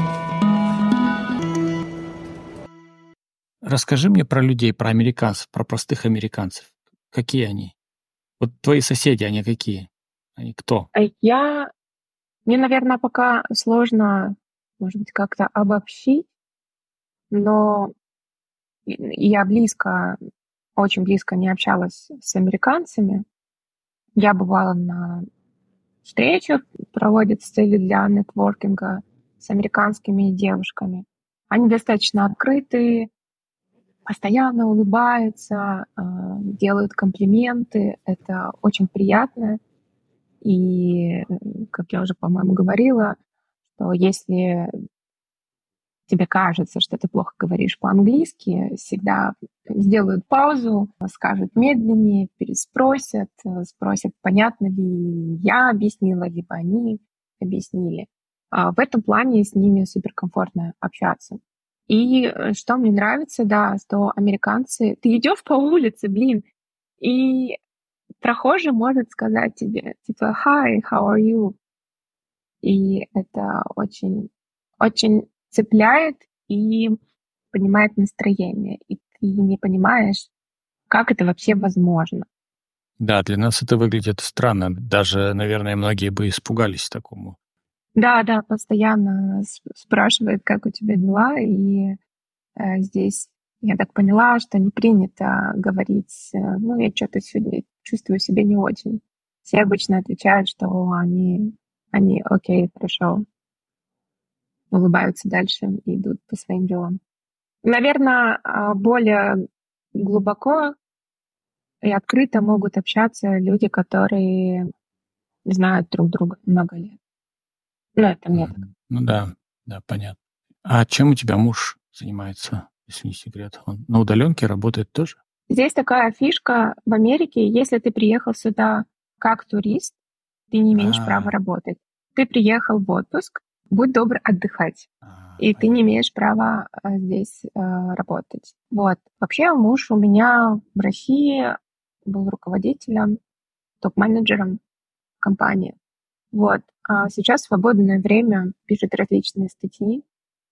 Расскажи мне про людей, про американцев, про простых американцев. Какие они? Вот твои соседи, они какие? Они кто? Мне, наверное, пока сложно, может быть, как-то обобщить, но я очень близко не общалась с американцами. Я бывала на встречах, проводят с целью для нетворкинга с американскими девушками. Они достаточно открытые, постоянно улыбаются, делают комплименты. Это очень приятно. И, как я уже, по-моему, говорила, что если тебе кажется, что ты плохо говоришь по-английски, всегда сделают паузу, скажут медленнее, переспросят, спросят, понятно ли я объяснила, либо они объяснили. В этом плане с ними суперкомфортно общаться. И что мне нравится, да, что американцы... Ты идешь по улице, блин, и прохожий может сказать тебе, типа, «Hi, how are you?» И это очень, очень цепляет и поднимает настроение. И ты не понимаешь, как это вообще возможно. Да, для нас это выглядит странно. Даже, наверное, многие бы испугались такому. Да, да, постоянно спрашивает, как у тебя дела. И здесь я так поняла, что не принято говорить, ну, я что-то сегодня чувствую себя не очень. Все обычно отвечают, что они окей, хорошо, улыбаются дальше и идут по своим делам. Наверное, более глубоко и открыто могут общаться люди, которые знают друг друга много лет. Ну, это мне так. Ну да, да, понятно. А чем у тебя муж занимается, если не секрет? Он на удаленке работает тоже? Здесь такая фишка в Америке, если ты приехал сюда как турист, ты не имеешь права работать. Ты приехал в отпуск, будь добр отдыхать. И ты не имеешь права здесь работать. Вот. Вообще муж у меня в России был руководителем, топ-менеджером компании. Вот. А сейчас в свободное время пишет различные статьи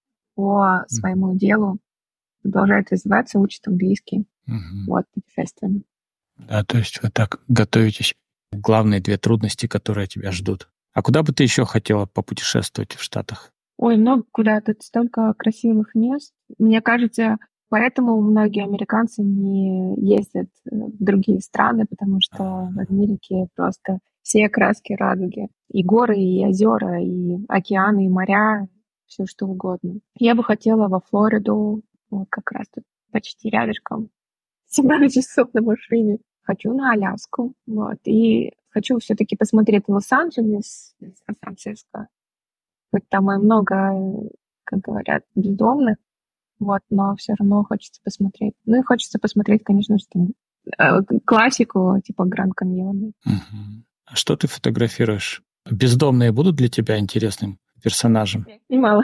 по своему делу, продолжает развиваться, учит английский. Вот, путешествуем. Да, то есть вы так готовитесь. Главные 2 трудности, которые тебя ждут. А куда бы ты еще хотела попутешествовать в Штатах? Ой, много куда. Тут столько красивых мест. Мне кажется, поэтому многие американцы не ездят в другие страны, потому что в Америке просто все краски радуги. И горы, и озера, и океаны, и моря, все что угодно. Я бы хотела во Флориду, вот как раз тут почти рядышком, 17 часов на машине. Хочу на Аляску, вот. И хочу все-таки посмотреть Лос-Анджелес, Сан-Франциско. Хоть там и много, как говорят, бездомных, вот, но все равно хочется посмотреть. Ну и хочется посмотреть, конечно же, классику, типа Гранд Каньона. А что ты фотографируешь? Бездомные будут для тебя интересным персонажем? Немало.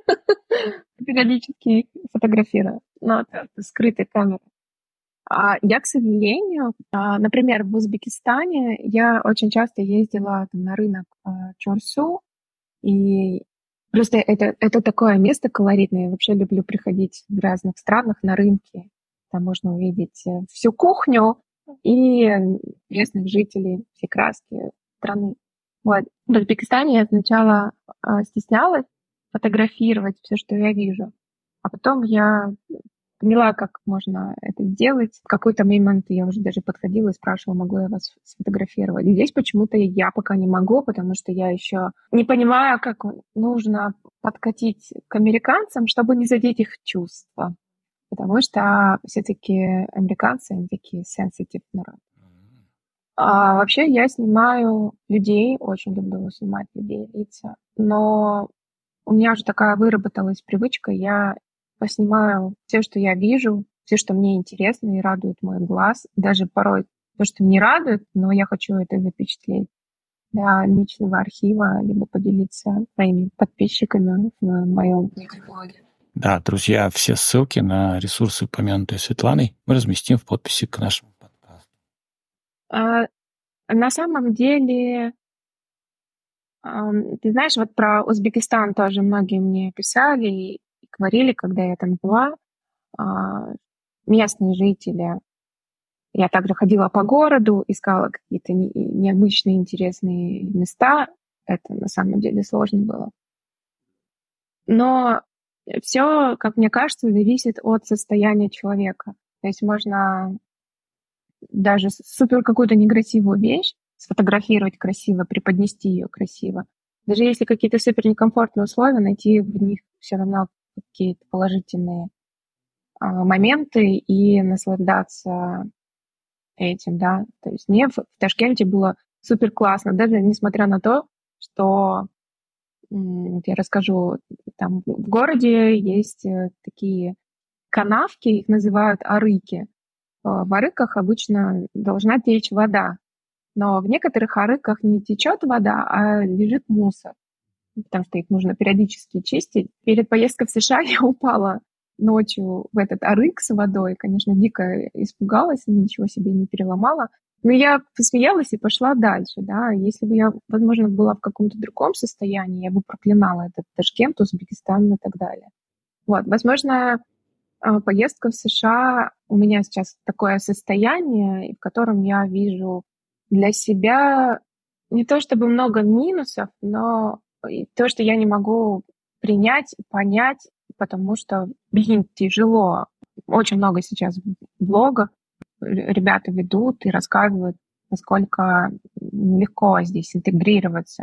Периодически их фотографирую, но это скрытая камера. Я, к сожалению, например, в Узбекистане я очень часто ездила там на рынок Чорсу, и Просто это такое место колоритное. Я вообще люблю приходить в разных странах на рынки. Там можно увидеть всю кухню и местных жителей, все краски страны. Вот. В Узбекистане я сначала стеснялась фотографировать все, что я вижу. А потом я поняла, как можно это сделать. В какой-то момент я уже даже подходила и спрашивала, могу я вас сфотографировать. И здесь почему-то я пока не могу, потому что я еще не понимаю, как нужно подкатить к американцам, чтобы не задеть их чувства. Потому что все-таки американцы, они такие sensitive народ. А вообще я снимаю людей, очень люблю снимать людей, лица. Но у меня уже такая выработалась привычка, я поснимаю все, что я вижу, все, что мне интересно и радует мой глаз. Даже порой то, что не радует, но я хочу это запечатлеть для личного архива, либо поделиться своими подписчиками в моем блоге. Да, друзья, все ссылки на ресурсы, упомянутые Светланой, мы разместим в подписи к нашему подкасту. На самом деле, ты знаешь, вот про Узбекистан тоже многие мне писали и говорили, когда я там была, местные жители. Я также ходила по городу, искала какие-то необычные, интересные места. Это на самом деле сложно было. Но все, как мне кажется, зависит от состояния человека. То есть можно даже супер какую-то некрасивую вещь сфотографировать красиво, преподнести ее красиво. Даже если какие-то супер некомфортные условия, найти в них все равно какие-то положительные моменты и наслаждаться этим, да. То есть мне в Ташкенте было супер классно, даже несмотря на то, что я расскажу, там в городе есть такие канавки, их называют арыки. В арыках обычно должна течь вода, но в некоторых арыках не течет вода, а лежит мусор, потому что их нужно периодически чистить. Перед поездкой в США я упала ночью в этот арык с водой. Конечно, дико испугалась, ничего себе не переломала. Но я посмеялась и пошла дальше. Да. Если бы я, возможно, была в каком-то другом состоянии, я бы проклинала этот Ташкент, Узбекистан и так далее. Вот. Возможно, поездка в США у меня сейчас такое состояние, в котором я вижу для себя не то чтобы много минусов, но и то, что я не могу принять, понять, потому что, тяжело. Очень много сейчас блогов ребята ведут и рассказывают, насколько нелегко здесь интегрироваться.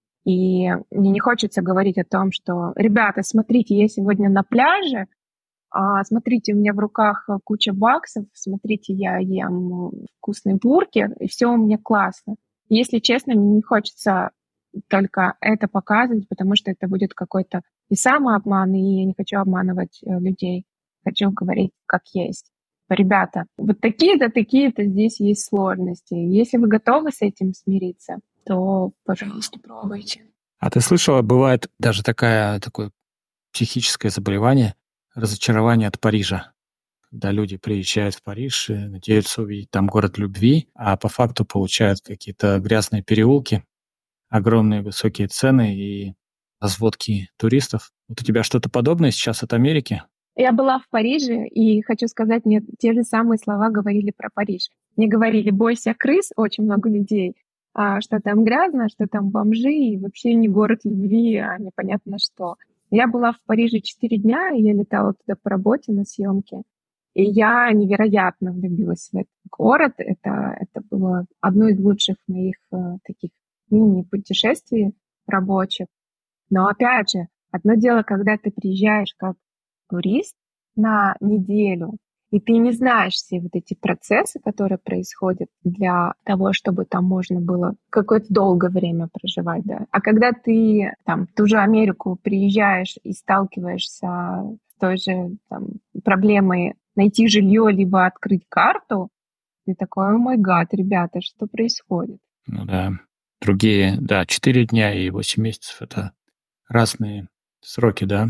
И мне не хочется говорить о том, что, ребята, смотрите, я сегодня на пляже, смотрите, у меня в руках куча баксов, смотрите, я ем вкусный бургер, и все у меня классно. Если честно, мне не хочется только это показывать, потому что это будет какой-то и самообман, и я не хочу обманывать людей. Хочу говорить как есть. Ребята, вот такие-то, такие-то здесь есть сложности. Если вы готовы с этим смириться, то, пожалуйста, пробуйте. А ты слышала, бывает даже такое психическое заболевание, разочарование от Парижа, когда люди приезжают в Париж и надеются увидеть там город любви, а по факту получают какие-то грязные переулки, огромные высокие цены и разводки туристов. Вот у тебя что-то подобное сейчас от Америки? Я была в Париже, и хочу сказать, мне те же самые слова говорили про Париж. Мне говорили, бойся крыс, очень много людей, что там грязно, что там бомжи, и вообще не город любви, а непонятно что. Я была в Париже 4 дня, и я летала туда по работе на съемки. И я невероятно влюбилась в этот город. Это было одно из лучших моих таких мини-путешествий рабочих. Но опять же, одно дело, когда ты приезжаешь как турист на неделю, и ты не знаешь все вот эти процессы, которые происходят для того, чтобы там можно было какое-то долгое время проживать, да. А когда ты там в ту же Америку приезжаешь и сталкиваешься с той же там проблемой найти жилье либо открыть карту, ты такой, о май гад, ребята, что происходит? Ну да. Другие, да, 4 дня и 8 месяцев — это разные сроки, да.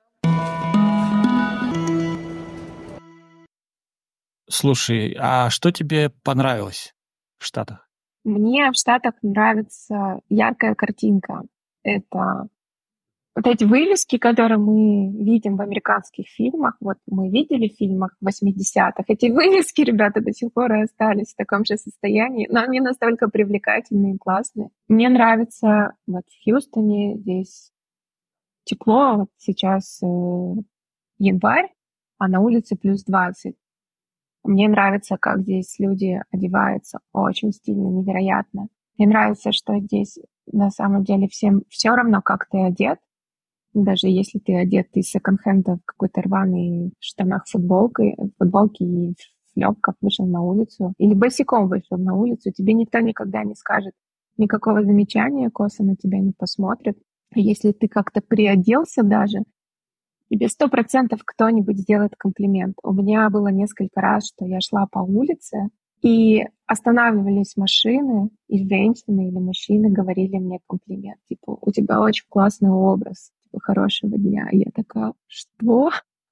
Слушай, а что тебе понравилось в Штатах? Мне в Штатах нравится яркая картинка. Это Вот эти вывески, которые мы видим в американских фильмах, вот мы видели в фильмах 80-х, эти вывески, ребята, до сих пор и остались в таком же состоянии, но они настолько привлекательные и классные. Мне нравится вот в Хьюстоне здесь тепло, вот сейчас январь, а на улице плюс 20. Мне нравится, как здесь люди одеваются очень стильно, невероятно. Мне нравится, что здесь на самом деле всем все равно, как ты одет. Даже если ты одет из секонд-хенда в какой-то рваный штанах футболке и в шлёпках вышел на улицу, или босиком вышел на улицу, тебе никто никогда не скажет никакого замечания, косо на тебя не посмотрит. И если ты как-то приоделся даже, тебе 100% кто-нибудь сделает комплимент. У меня было несколько раз, что я шла по улице, и останавливались машины, и женщины или мужчины говорили мне комплимент. Типа, у тебя очень классный образ, типа, хорошего дня. И я такая, что?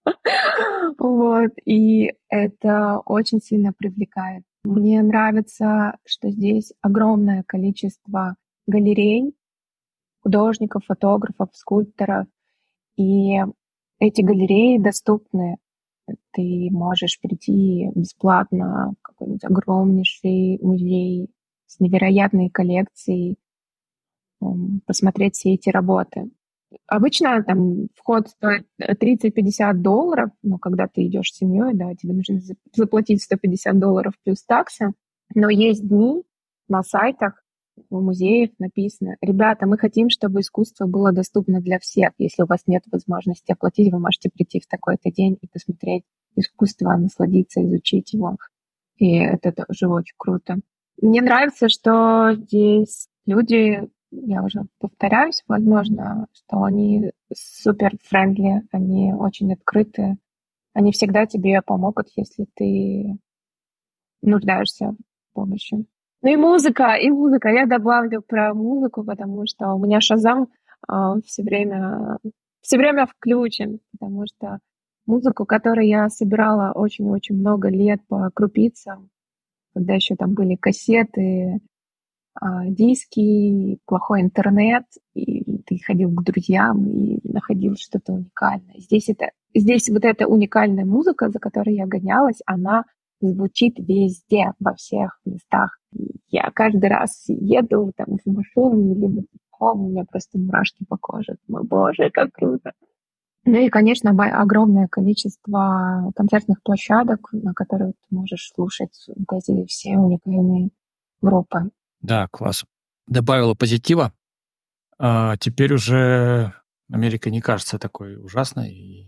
Вот. И это очень сильно привлекает. Мне нравится, что здесь огромное количество галерей, художников, фотографов, скульпторов. И эти галереи доступны. Ты можешь прийти бесплатно в какой-нибудь огромнейший музей с невероятной коллекцией, посмотреть все эти работы. Обычно там вход стоит $30-50, но когда ты идешь с семьей, да, тебе нужно заплатить $150 плюс такса. Но есть дни на сайтах у музеев написано: ребята, мы хотим, чтобы искусство было доступно для всех. Если у вас нет возможности оплатить, вы можете прийти в такой-то день и посмотреть искусство, насладиться, изучить его. И это тоже очень круто. Мне нравится, что здесь люди, я уже повторяюсь, возможно, что они супер френдли, они очень открыты, они всегда тебе помогут, если ты нуждаешься в помощи. Ну и музыка. Я добавлю про музыку, потому что у меня Шазам все время включен, потому что музыку, которую я собирала очень-очень много лет по крупицам, когда еще там были кассеты, диски, плохой интернет, и ты ходил к друзьям и находил что-то уникальное. Здесь вот эта уникальная музыка, за которой я гонялась, она звучит везде, во всех местах. И я каждый раз еду там в машине, либо пешком, у меня просто мурашки по коже. Думаю, боже, как круто. Ну и, конечно, огромное количество концертных площадок, на которых ты можешь слушать вот эти все уникальные группы. Да, класс. Добавила позитива. Теперь уже Америка не кажется такой ужасной.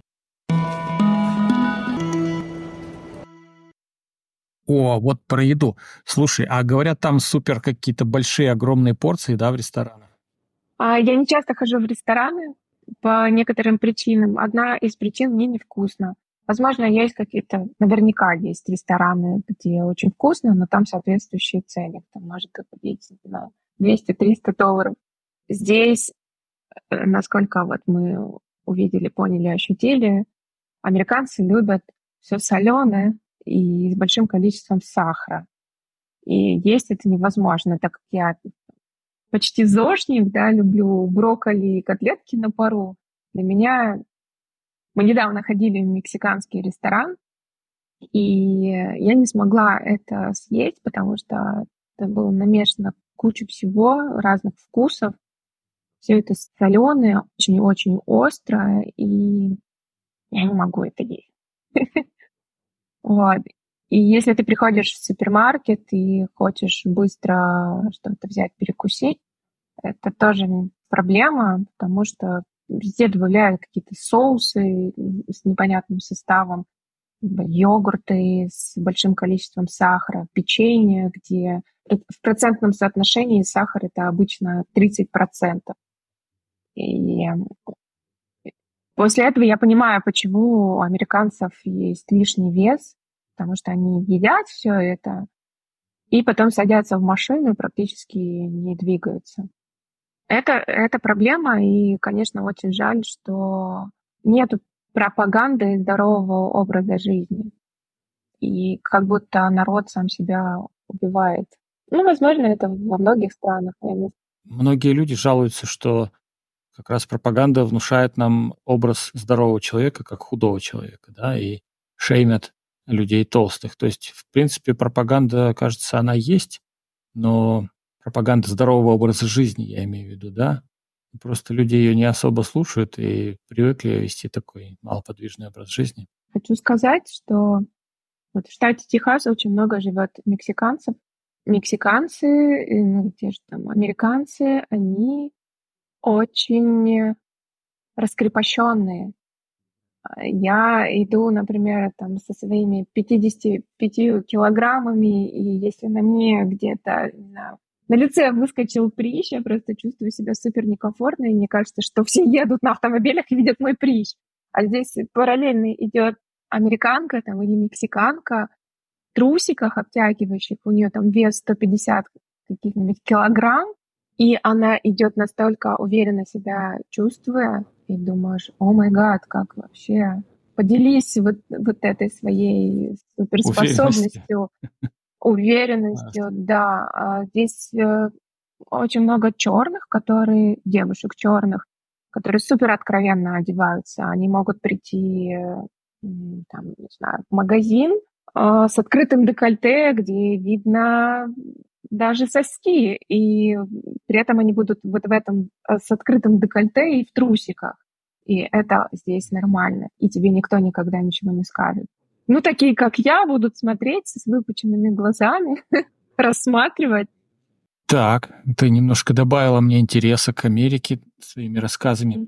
О, вот про еду. Слушай, а говорят, там супер какие-то большие, огромные порции, да, в ресторанах? Я не часто хожу в рестораны по некоторым причинам. Одна из причин — мне невкусно. Возможно, наверняка есть рестораны, где очень вкусно, но там соответствующие цены. Там может быть, не знаю, $200-300. Здесь, насколько вот мы увидели, поняли, ощутили, американцы любят все соленое и с большим количеством сахара. И есть это невозможно, так как я почти зожник, да, люблю брокколи и котлетки на пару. Для меня... Мы недавно ходили в мексиканский ресторан, и я не смогла это съесть, потому что это было намешано кучу всего, разных вкусов. Все это соленое, очень-очень острое, и я не могу это есть. Вот. И если ты приходишь в супермаркет и хочешь быстро что-то взять, перекусить, это тоже проблема, потому что везде добавляют какие-то соусы с непонятным составом, йогурты с большим количеством сахара, печенье, где в процентном соотношении сахар — это обычно 30%. И после этого я понимаю, почему у американцев есть лишний вес, потому что они едят все это и потом садятся в машину и практически не двигаются. Это проблема, и, конечно, очень жаль, что нету пропаганды здорового образа жизни. И как будто народ сам себя убивает. Ну, возможно, это во многих странах. Многие люди жалуются, что как раз пропаганда внушает нам образ здорового человека как худого человека, да, и шеймят людей толстых. То есть, в принципе, пропаганда, кажется, она есть, но пропаганда здорового образа жизни, я имею в виду, да. Просто люди ее не особо слушают и привыкли вести такой малоподвижный образ жизни. Хочу сказать, что вот в штате Техас очень много живет мексиканцев. Мексиканцы, ну, те же там американцы, они очень раскрепощенные. Я иду, например, там со своими 55 килограммами, и если на мне где-то, не знаю, на лице выскочил прыщ, я просто чувствую себя супер некомфортно, и мне кажется, что все едут на автомобилях и видят мой прыщ. А здесь параллельно идет американка там, или мексиканка в трусиках обтягивающих, у нее там вес 150 каких-нибудь килограмм, и она идет настолько уверенно себя чувствуя, и думаешь, о май гад, как вообще. Поделись вот этой своей суперспособностью, уверенностью, да. Здесь очень много черных, девушек черных, которые супер откровенно одеваются. Они могут прийти, там, не знаю, в магазин с открытым декольте, где видно даже соски, и при этом они будут вот в этом с открытым декольте и в трусиках. И это здесь нормально, и тебе никто никогда ничего не скажет. Ну, такие, как я, будут смотреть с выпученными глазами, рассматривать. Так, ты немножко добавила мне интереса к Америке своими рассказами.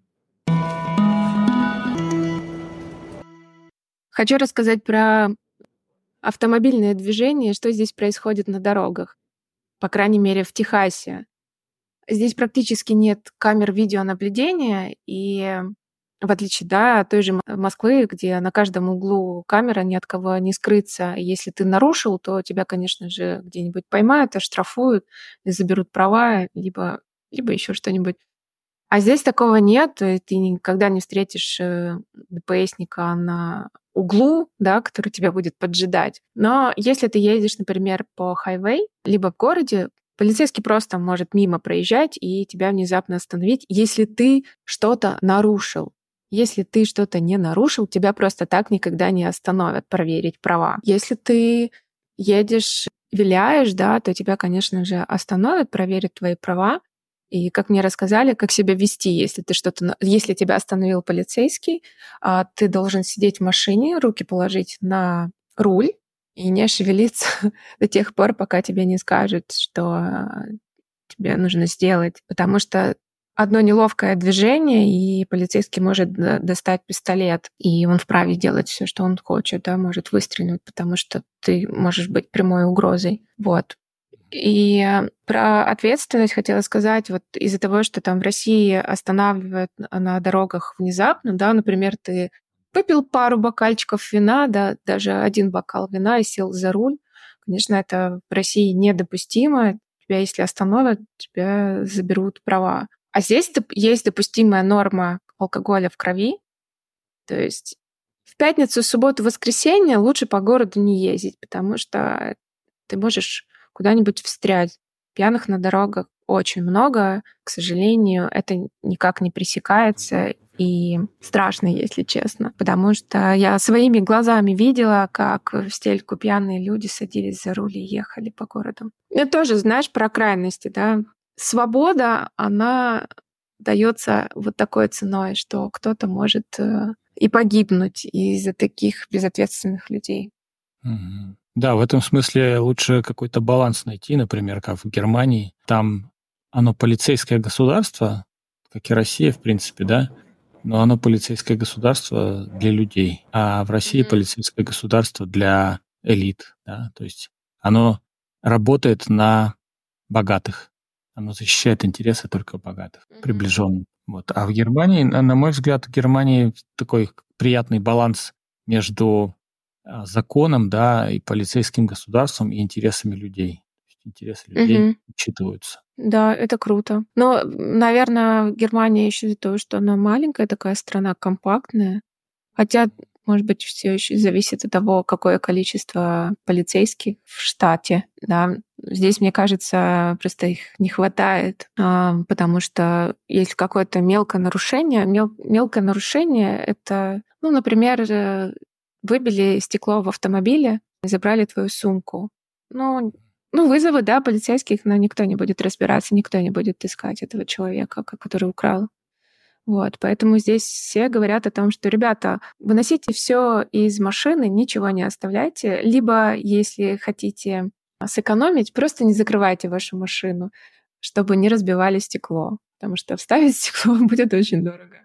Хочу рассказать про автомобильное движение, что здесь происходит на дорогах. По крайней мере, в Техасе. Здесь практически нет камер видеонаблюдения, и в отличие, да, от той же Москвы, где на каждом углу камера, ни от кого не скрыться. И если ты нарушил, то тебя, конечно же, где-нибудь поймают, оштрафуют, заберут права, либо еще что-нибудь. А здесь такого нет, и ты никогда не встретишь ДПСника на углу, да, который тебя будет поджидать. Но если ты едешь, например, по хайвей, либо в городе, полицейский просто может мимо проезжать и тебя внезапно остановить, если ты что-то нарушил. Если ты что-то не нарушил, тебя просто так никогда не остановят проверить права. Если ты едешь, виляешь, да, то тебя, конечно же, остановят, проверят твои права. И как мне рассказали, как себя вести, если тебя остановил полицейский, ты должен сидеть в машине, руки положить на руль и не шевелиться до тех пор, пока тебе не скажут, что тебе нужно сделать. Потому что одно неловкое движение, и полицейский может достать пистолет, и он вправе делать все, что он хочет, да, может выстрелить, потому что ты можешь быть прямой угрозой. Вот. И про ответственность хотела сказать, вот из-за того, что там в России останавливают на дорогах внезапно, да, например, ты выпил пару бокальчиков вина, да, даже один бокал вина и сел за руль, конечно, это в России недопустимо. Тебя, если остановят, тебя заберут права. А здесь есть допустимая норма алкоголя в крови, то есть в пятницу, субботу, воскресенье лучше по городу не ездить, потому что ты можешь куда-нибудь встрять. Пьяных на дорогах очень много. К сожалению, это никак не пресекается. И страшно, если честно. Потому что я своими глазами видела, как в стельку пьяные люди садились за руль и ехали по городу. Это тоже, знаешь, про крайности, да. Свобода, она дается вот такой ценой, что кто-то может и погибнуть из-за таких безответственных людей. Мгм. Да, в этом смысле лучше какой-то баланс найти, например, как в Германии. Там оно полицейское государство, как и Россия, в принципе, да, но оно полицейское государство для людей, а в России полицейское государство для элит, да, то есть оно работает на богатых, оно защищает интересы только богатых, приближенных. Вот. А в Германии, на мой взгляд, в Германии такой приятный баланс между законом, да, и полицейским государством, и интересами людей. То есть интересы людей учитываются. Да, это круто. Но, наверное, Германия еще из-за того, что она маленькая такая страна, компактная. Хотя может быть, все еще зависит от того, какое количество полицейских в штате. Да. Здесь, мне кажется, просто их не хватает, потому что есть какое-то мелкое нарушение. Мелкое нарушение — это, например, выбили стекло в автомобиле, забрали твою сумку. Вызовы, да, полицейских, но никто не будет разбираться, никто не будет искать этого человека, который украл. Вот, поэтому здесь все говорят о том, что, ребята, выносите все из машины, ничего не оставляйте, либо, если хотите сэкономить, просто не закрывайте вашу машину, чтобы не разбивали стекло, потому что вставить стекло будет очень дорого.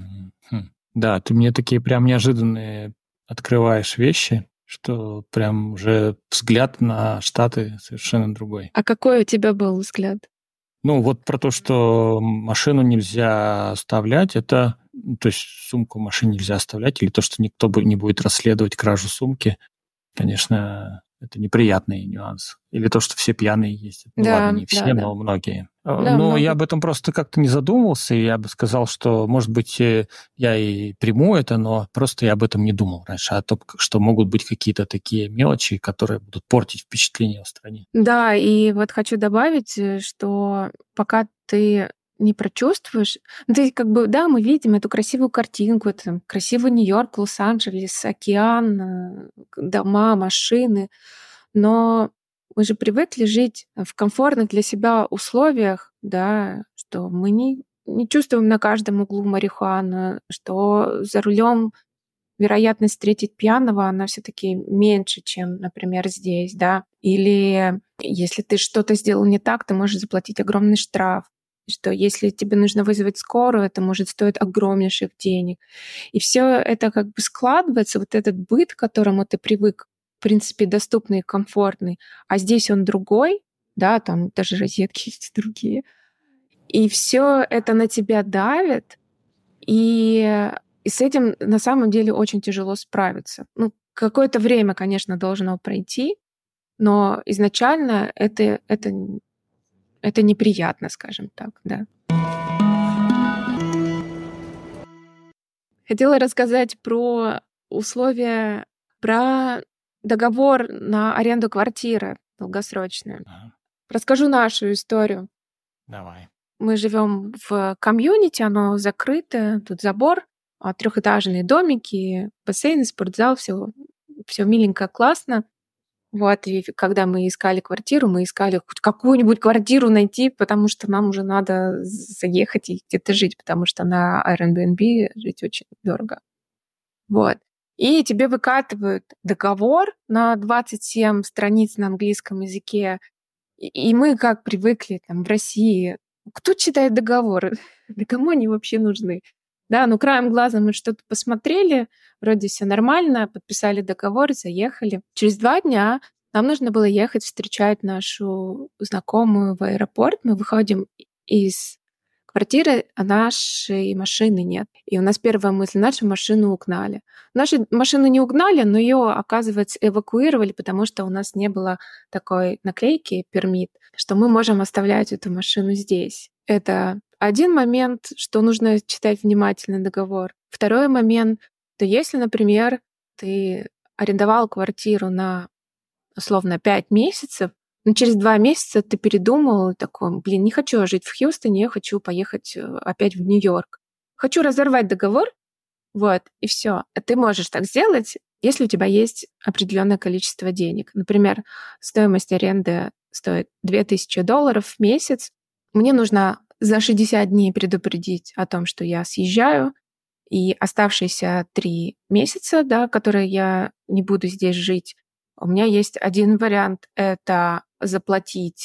Да, ты мне такие прям неожиданные открываешь вещи, что прям уже взгляд на Штаты совершенно другой. А какой у тебя был взгляд? Вот про то, что машину нельзя оставлять, то есть сумку в машине нельзя оставлять, или то, что никто не будет расследовать кражу сумки, конечно, это неприятный нюанс. Или то, что все пьяные ездят. Ладно, не все, но многие. Да, но я об этом просто как-то не задумывался, и я бы сказал, что, может быть, я и приму это, но просто я об этом не думал раньше, о том, что могут быть какие-то такие мелочи, которые будут портить впечатление о стране. Да, и вот хочу добавить, что пока ты не прочувствуешь, ты мы видим эту красивую картинку, это красивый Нью-Йорк, Лос-Анджелес, океан, дома, машины, но мы же привыкли жить в комфортных для себя условиях, да, что мы не чувствуем на каждом углу марихуану, что за рулем вероятность встретить пьяного, она все-таки меньше, чем, например, здесь, да. Или если ты что-то сделал не так, ты можешь заплатить огромный штраф. Что если тебе нужно вызвать скорую, это может стоить огромнейших денег. И все это складывается, вот этот быт, к которому ты привык, в принципе, доступный и комфортный, а здесь он другой, да, там даже розетки есть другие. И все это на тебя давит, и с этим на самом деле очень тяжело справиться. Какое-то время, конечно, должно пройти, но изначально это неприятно, скажем так, да. Хотела рассказать про условия, про договор на аренду квартиры долгосрочную. Расскажу нашу историю. Давай. Мы живем в комьюнити, оно закрыто, тут забор, 3-этажные домики, бассейн, спортзал, все миленько, классно. Вот, и когда мы искали квартиру, мы искали хоть какую-нибудь квартиру найти, потому что нам уже надо заехать и где-то жить, потому что на Airbnb жить очень дорого. Вот. И тебе выкатывают договор на 27 страниц на английском языке. И мы как привыкли там в России. Кто читает договоры? Да кому они вообще нужны? Да, краем глаза мы что-то посмотрели, вроде все нормально, подписали договор, заехали. Через 2 дня нам нужно было ехать встречать нашу знакомую в аэропорт. Мы выходим из квартиры, а нашей машины нет. И у нас первая мысль — нашу машину угнали. Нашу машину не угнали, но ее, оказывается, эвакуировали, потому что у нас не было такой наклейки «Пермит», что мы можем оставлять эту машину здесь. Это один момент, что нужно читать внимательно договор. Второй момент, то если, например, ты арендовал квартиру на, условно, 5 месяцев, но через 2 месяца ты передумал и такой: не хочу жить в Хьюстоне, я хочу поехать опять в Нью-Йорк. Хочу разорвать договор, вот, и все. Ты можешь так сделать, если у тебя есть определенное количество денег. Например, стоимость аренды стоит $2000 в месяц. Мне нужно за 60 дней предупредить о том, что я съезжаю, и оставшиеся 3 месяца, да, которые я не буду здесь жить, у меня есть один вариант — это заплатить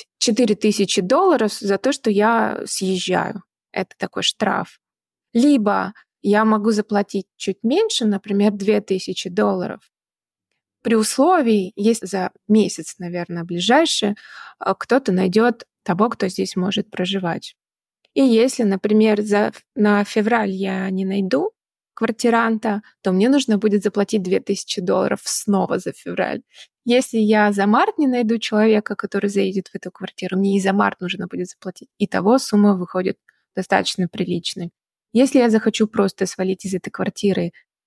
$4000 за то, что я съезжаю. Это такой штраф. Либо я могу заплатить чуть меньше, например, $2000, при условии, если за месяц, наверное, ближайший, кто-то найдет того, кто здесь может проживать. И если, например, на февраль я не найду квартиранта, то мне нужно будет заплатить $2000 снова за февраль. Если я за март не найду человека, который заедет в эту квартиру, мне и за март нужно будет заплатить. Итого сумма выходит достаточно приличной. Если я захочу просто свалить из этой квартиры,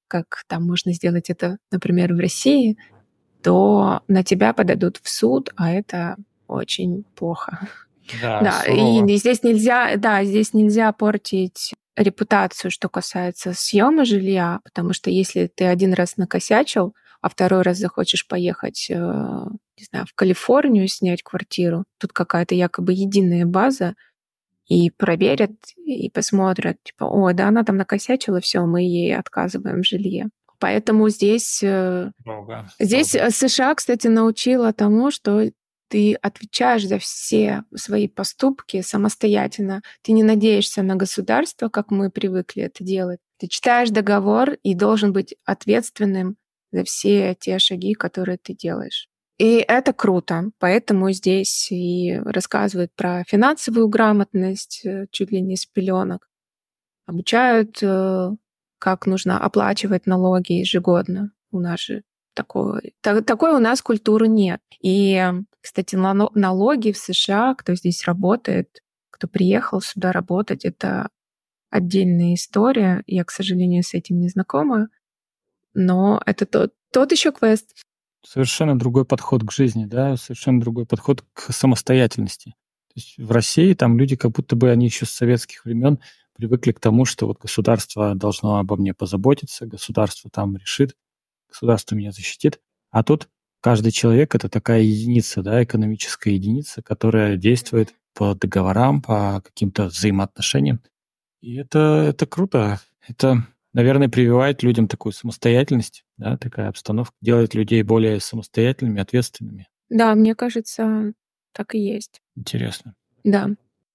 как там можно сделать это, например, в России, то на тебя подадут в суд, а это очень плохо. Да, Да, и сурово. здесь нельзя портить репутацию, что касается съема жилья, потому что если ты один раз накосячил, а второй раз захочешь поехать, не знаю, в Калифорнию снять квартиру, тут какая-то якобы единая база, и проверят, и посмотрят, типа, о, да, она там накосячила, все, мы ей отказываем в жилье. Поэтому здесь Строго, Здесь строго. США, кстати, научила тому, что ты отвечаешь за все свои поступки самостоятельно. Ты не надеешься на государство, как мы привыкли это делать. Ты читаешь договор и должен быть ответственным за все те шаги, которые ты делаешь. И это круто. Поэтому здесь и рассказывают про финансовую грамотность чуть ли не с пеленок. Обучают, как нужно оплачивать налоги ежегодно. У нас же такой у нас культуры нет. И, кстати, налоги в США, кто здесь работает, кто приехал сюда работать, это отдельная история. Я, к сожалению, с этим не знакома, но это тот еще квест. Совершенно другой подход к жизни, да, совершенно другой подход к самостоятельности. То есть в России там люди, как будто бы они еще с советских времен привыкли к тому, что вот государство должно обо мне позаботиться, государство там решит, государство меня защитит. А тут каждый человек — это такая единица, да, экономическая единица, которая действует по договорам, по каким-то взаимоотношениям. И это круто. Это, наверное, прививает людям такую самостоятельность, да, такая обстановка делает людей более самостоятельными, ответственными. Да, мне кажется, так и есть. Интересно. Да.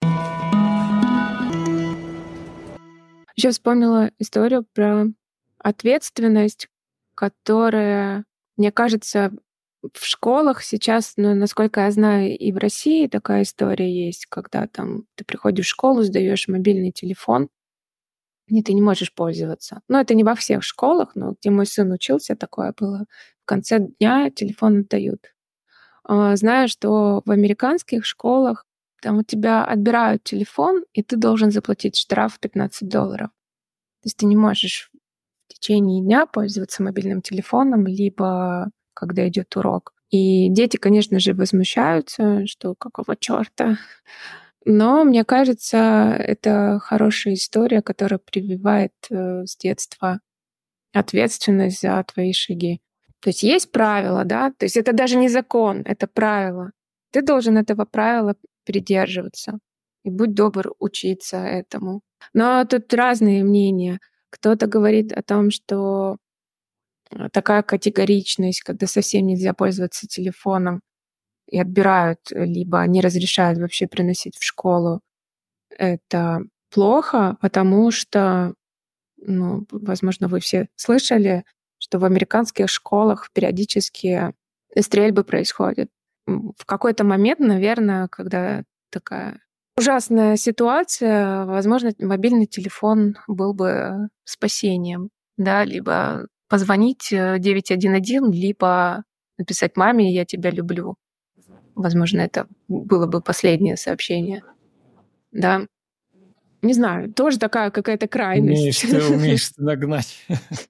Еще вспомнила историю про ответственность, которая, мне кажется, в школах сейчас, ну, насколько я знаю, и в России такая история есть, когда там ты приходишь в школу, сдаешь мобильный телефон, и ты не можешь пользоваться. Но это не во всех школах, но где мой сын учился, такое было. В конце дня телефон отдают. Знаю, что в американских школах там у тебя отбирают телефон, и ты должен заплатить штраф $15. То есть ты не можешь в течение дня пользоваться мобильным телефоном, либо когда идет урок. И дети, конечно же, возмущаются, что какого черта. Но мне кажется, это хорошая история, которая прививает с детства ответственность за твои шаги. То есть правила, да? То есть это даже не закон, это правило. Ты должен этого правила придерживаться. И будь добр учиться этому. Но тут разные мнения. Кто-то говорит о том, что такая категоричность, когда совсем нельзя пользоваться телефоном и отбирают, либо не разрешают вообще приносить в школу, это плохо, потому что, ну, возможно, вы все слышали, что в американских школах периодически стрельбы происходят. В какой-то момент, наверное, когда такая ужасная ситуация, возможно, мобильный телефон был бы спасением, да, либо позвонить 911, либо написать маме «я тебя люблю». Возможно, это было бы последнее сообщение, да. Не знаю, тоже такая какая-то крайность. Умеешь ты нагнать.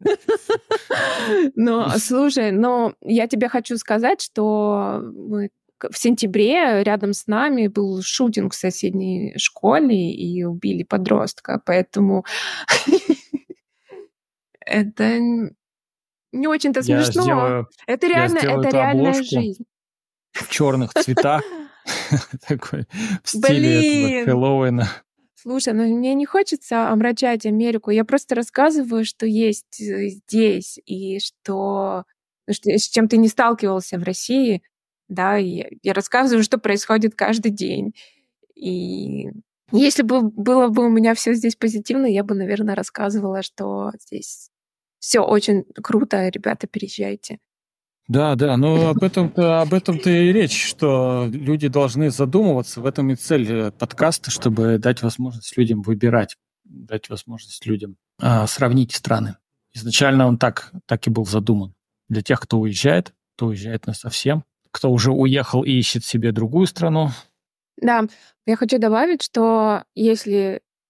Но, слушай, я тебе хочу сказать, что в сентябре рядом с нами был шутинг в соседней школе и убили подростка, поэтому это не очень-то Я смешно. сделаю, Это я реально, сделаю это эту реальная обложку жизнь. в черных цветах, такой, в стиле этого Блин! Хэллоуина. Слушай, мне не хочется омрачать Америку. Я просто рассказываю, что есть здесь, и с чем ты не сталкивался в России, да, и я рассказываю, что происходит каждый день. И если бы было бы у меня все здесь позитивно, я бы, наверное, рассказывала, что здесь все очень круто, ребята, переезжайте. Да, ну об этом-то и речь, что люди должны задумываться. В этом и цель подкаста, чтобы дать возможность людям выбирать, дать возможность людям сравнить страны. Изначально он так и был задуман. Для тех, кто уезжает насовсем, кто уже уехал и ищет себе другую страну. Да, я хочу добавить, что если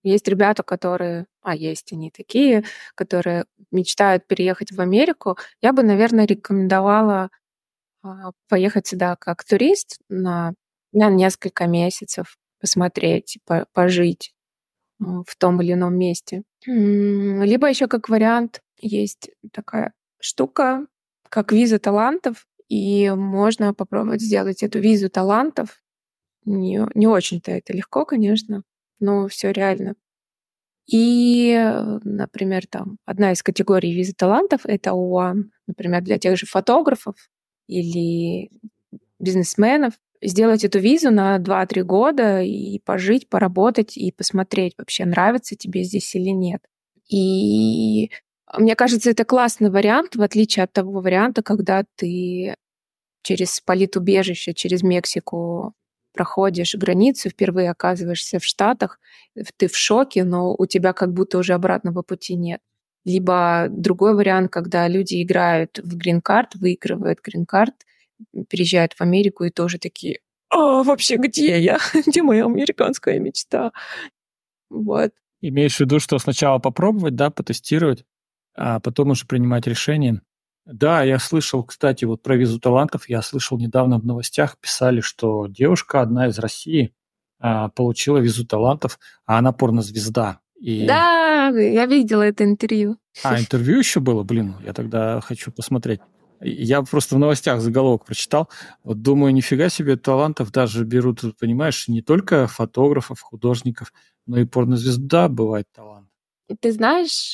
Есть ребята, которые, есть они такие, которые мечтают переехать в Америку. Я бы, наверное, рекомендовала поехать сюда как турист на несколько месяцев, посмотреть, пожить в том или ином месте. Либо еще как вариант есть такая штука, как виза талантов, и можно попробовать сделать эту визу талантов. Не очень-то это легко, конечно, но все реально. И, например, там одна из категорий визы талантов — это например, для тех же фотографов или бизнесменов. Сделать эту визу на 2-3 года и пожить, поработать и посмотреть, вообще нравится тебе здесь или нет. И мне кажется, это классный вариант, в отличие от того варианта, когда ты через политубежище, через Мексику проходишь границу, впервые оказываешься в Штатах, ты в шоке, но у тебя как будто уже обратного пути нет. Либо другой вариант, когда люди играют в грин-карт, выигрывают грин-карт, переезжают в Америку и тоже такие: вообще где я? Где моя американская мечта? Вот. Имеешь в виду, что сначала попробовать, да, потестировать, а потом уже принимать решение? Да, я слышал, кстати, вот про визу талантов, я слышал недавно в новостях, писали, что девушка одна из России получила визу талантов, а она порнозвезда. Да, я видела это интервью. Интервью еще было? Блин, я тогда хочу посмотреть. Я просто в новостях заголовок прочитал. Вот думаю, нифига себе, талантов даже берут, понимаешь, не только фотографов, художников, но и порнозвезда бывает талант. Ты знаешь,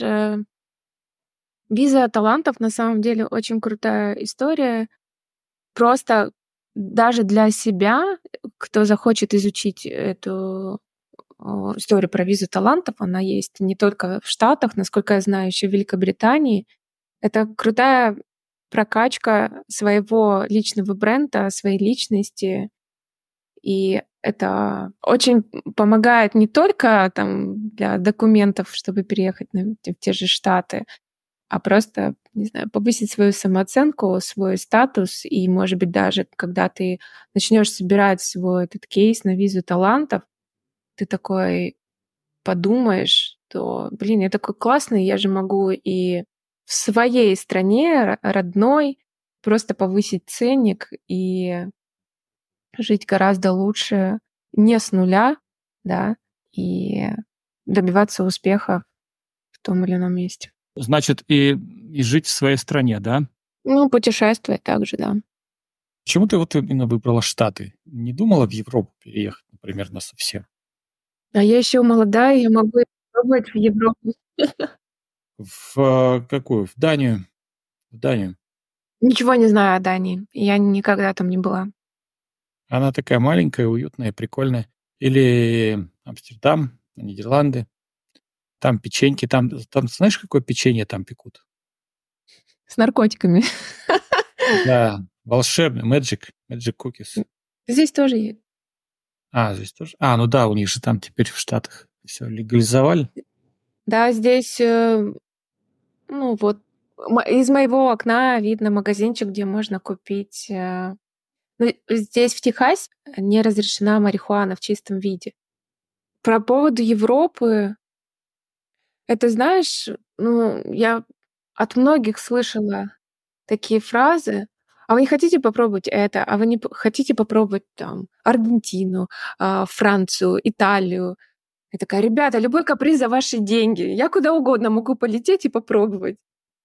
виза талантов на самом деле очень крутая история. Просто даже для себя, кто захочет изучить эту историю про визу талантов, она есть не только в Штатах, насколько я знаю, еще в Великобритании. Это крутая прокачка своего личного бренда, своей личности. И это очень помогает не только там для документов, чтобы переехать в те же Штаты, а просто, не знаю, повысить свою самооценку, свой статус. И, может быть, даже когда ты начнешь собирать свой этот кейс на визу талантов, ты такой подумаешь, что, блин, я такой классный, я же могу и в своей стране родной просто повысить ценник и жить гораздо лучше не с нуля, да, и добиваться успеха в том или ином месте. Значит, и жить в своей стране, да? Ну, путешествовать также, да. Почему ты вот именно выбрала Штаты? Не думала в Европу переехать, например, насовсем? А я еще молодая, я могу попробовать в Европу. В какую? В Данию. В Данию. Ничего не знаю о Дании. Я никогда там не была. Она такая маленькая, уютная, прикольная. Или Амстердам, Нидерланды. Там печеньки, там знаешь, какое печенье там пекут? С наркотиками. Да, волшебный, magic cookies. Здесь тоже есть. Здесь тоже? Ну да, у них же там теперь в Штатах все легализовали. Да, здесь, ну вот, из моего окна видно магазинчик, где можно купить. Ну, здесь, в Техасе, не разрешена марихуана в чистом виде. Про поводу Европы, это, знаешь, ну, я от многих слышала такие фразы: «А вы не хотите попробовать это? А вы не хотите попробовать там Аргентину, Францию, Италию?» Я такая: «Ребята, любой каприз за ваши деньги. Я куда угодно могу полететь и попробовать».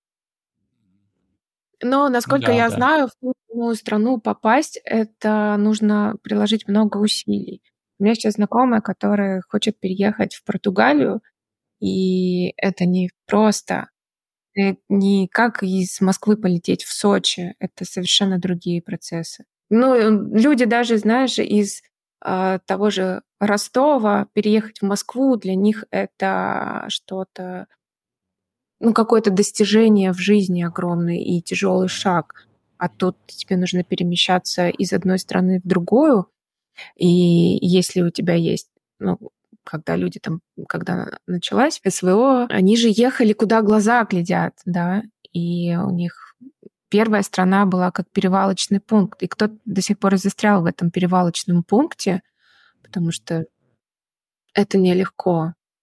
Но, насколько Да, я да. знаю, в ту или иную страну попасть — это нужно приложить много усилий. У меня сейчас знакомая, которая хочет переехать в Португалию, и это не просто. Не как из Москвы полететь в Сочи. Это совершенно другие процессы. Ну, люди даже, знаешь, из того же Ростова переехать в Москву, для них это что-то, ну, какое-то достижение в жизни огромное и тяжелый шаг. А тут тебе нужно перемещаться из одной страны в другую. И если у тебя есть, ну, когда люди там, когда началась СВО, они же ехали, куда глаза глядят, да, и у них первая страна была как перевалочный пункт, и кто-то до сих пор и застрял в этом перевалочном пункте, потому что это нелегко.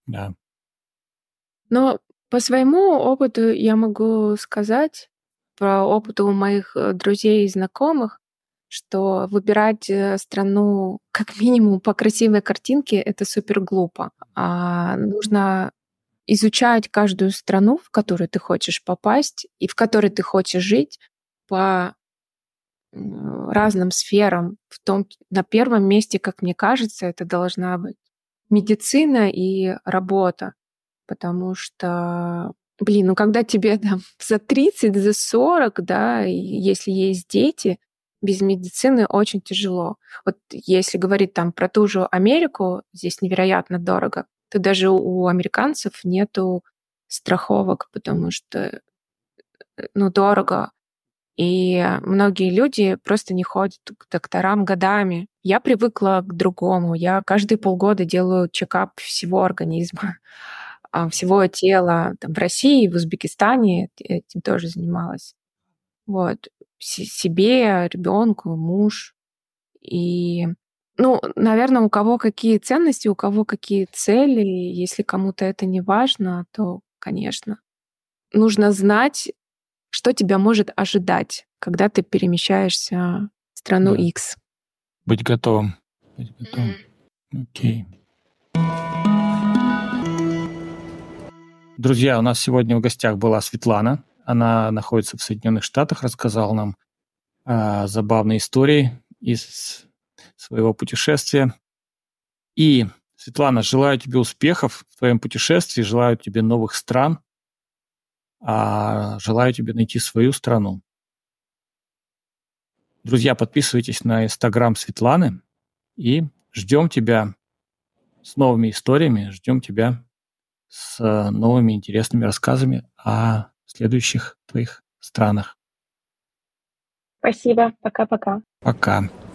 Да. Но по своему опыту я могу сказать, про опыт у моих друзей и знакомых, что выбирать страну как минимум по красивой картинке — это супер глупо. А нужно изучать каждую страну, в которую ты хочешь попасть и в которой ты хочешь жить, по разным сферам. На первом месте, как мне кажется, это должна быть медицина и работа. Потому что, ну когда тебе там за 30, за 40, да, и если есть дети, без медицины очень тяжело. Вот если говорить там про ту же Америку, здесь невероятно дорого. То даже у американцев нету страховок, потому что, дорого. И многие люди просто не ходят к докторам годами. Я привыкла к другому. Я каждые полгода делаю чекап всего организма, всего тела. Там, в России, в Узбекистане этим тоже занималась. Вот. Себе, ребенку, муж. И, наверное, у кого какие ценности, у кого какие цели. Если кому-то это не важно, то, конечно, нужно знать, что тебя может ожидать, когда ты перемещаешься в страну Да. X. Быть готовым. Окей. Друзья, у нас сегодня в гостях была Светлана. Она находится в Соединенных Штатах, рассказала нам забавные истории из своего путешествия. И, Светлана, желаю тебе успехов в твоем путешествии, желаю тебе новых стран, желаю тебе найти свою страну. Друзья, подписывайтесь на Инстаграм Светланы и ждем тебя с новыми историями, ждем тебя с новыми интересными рассказами о следующих твоих странах. Спасибо. Пока-пока. Пока.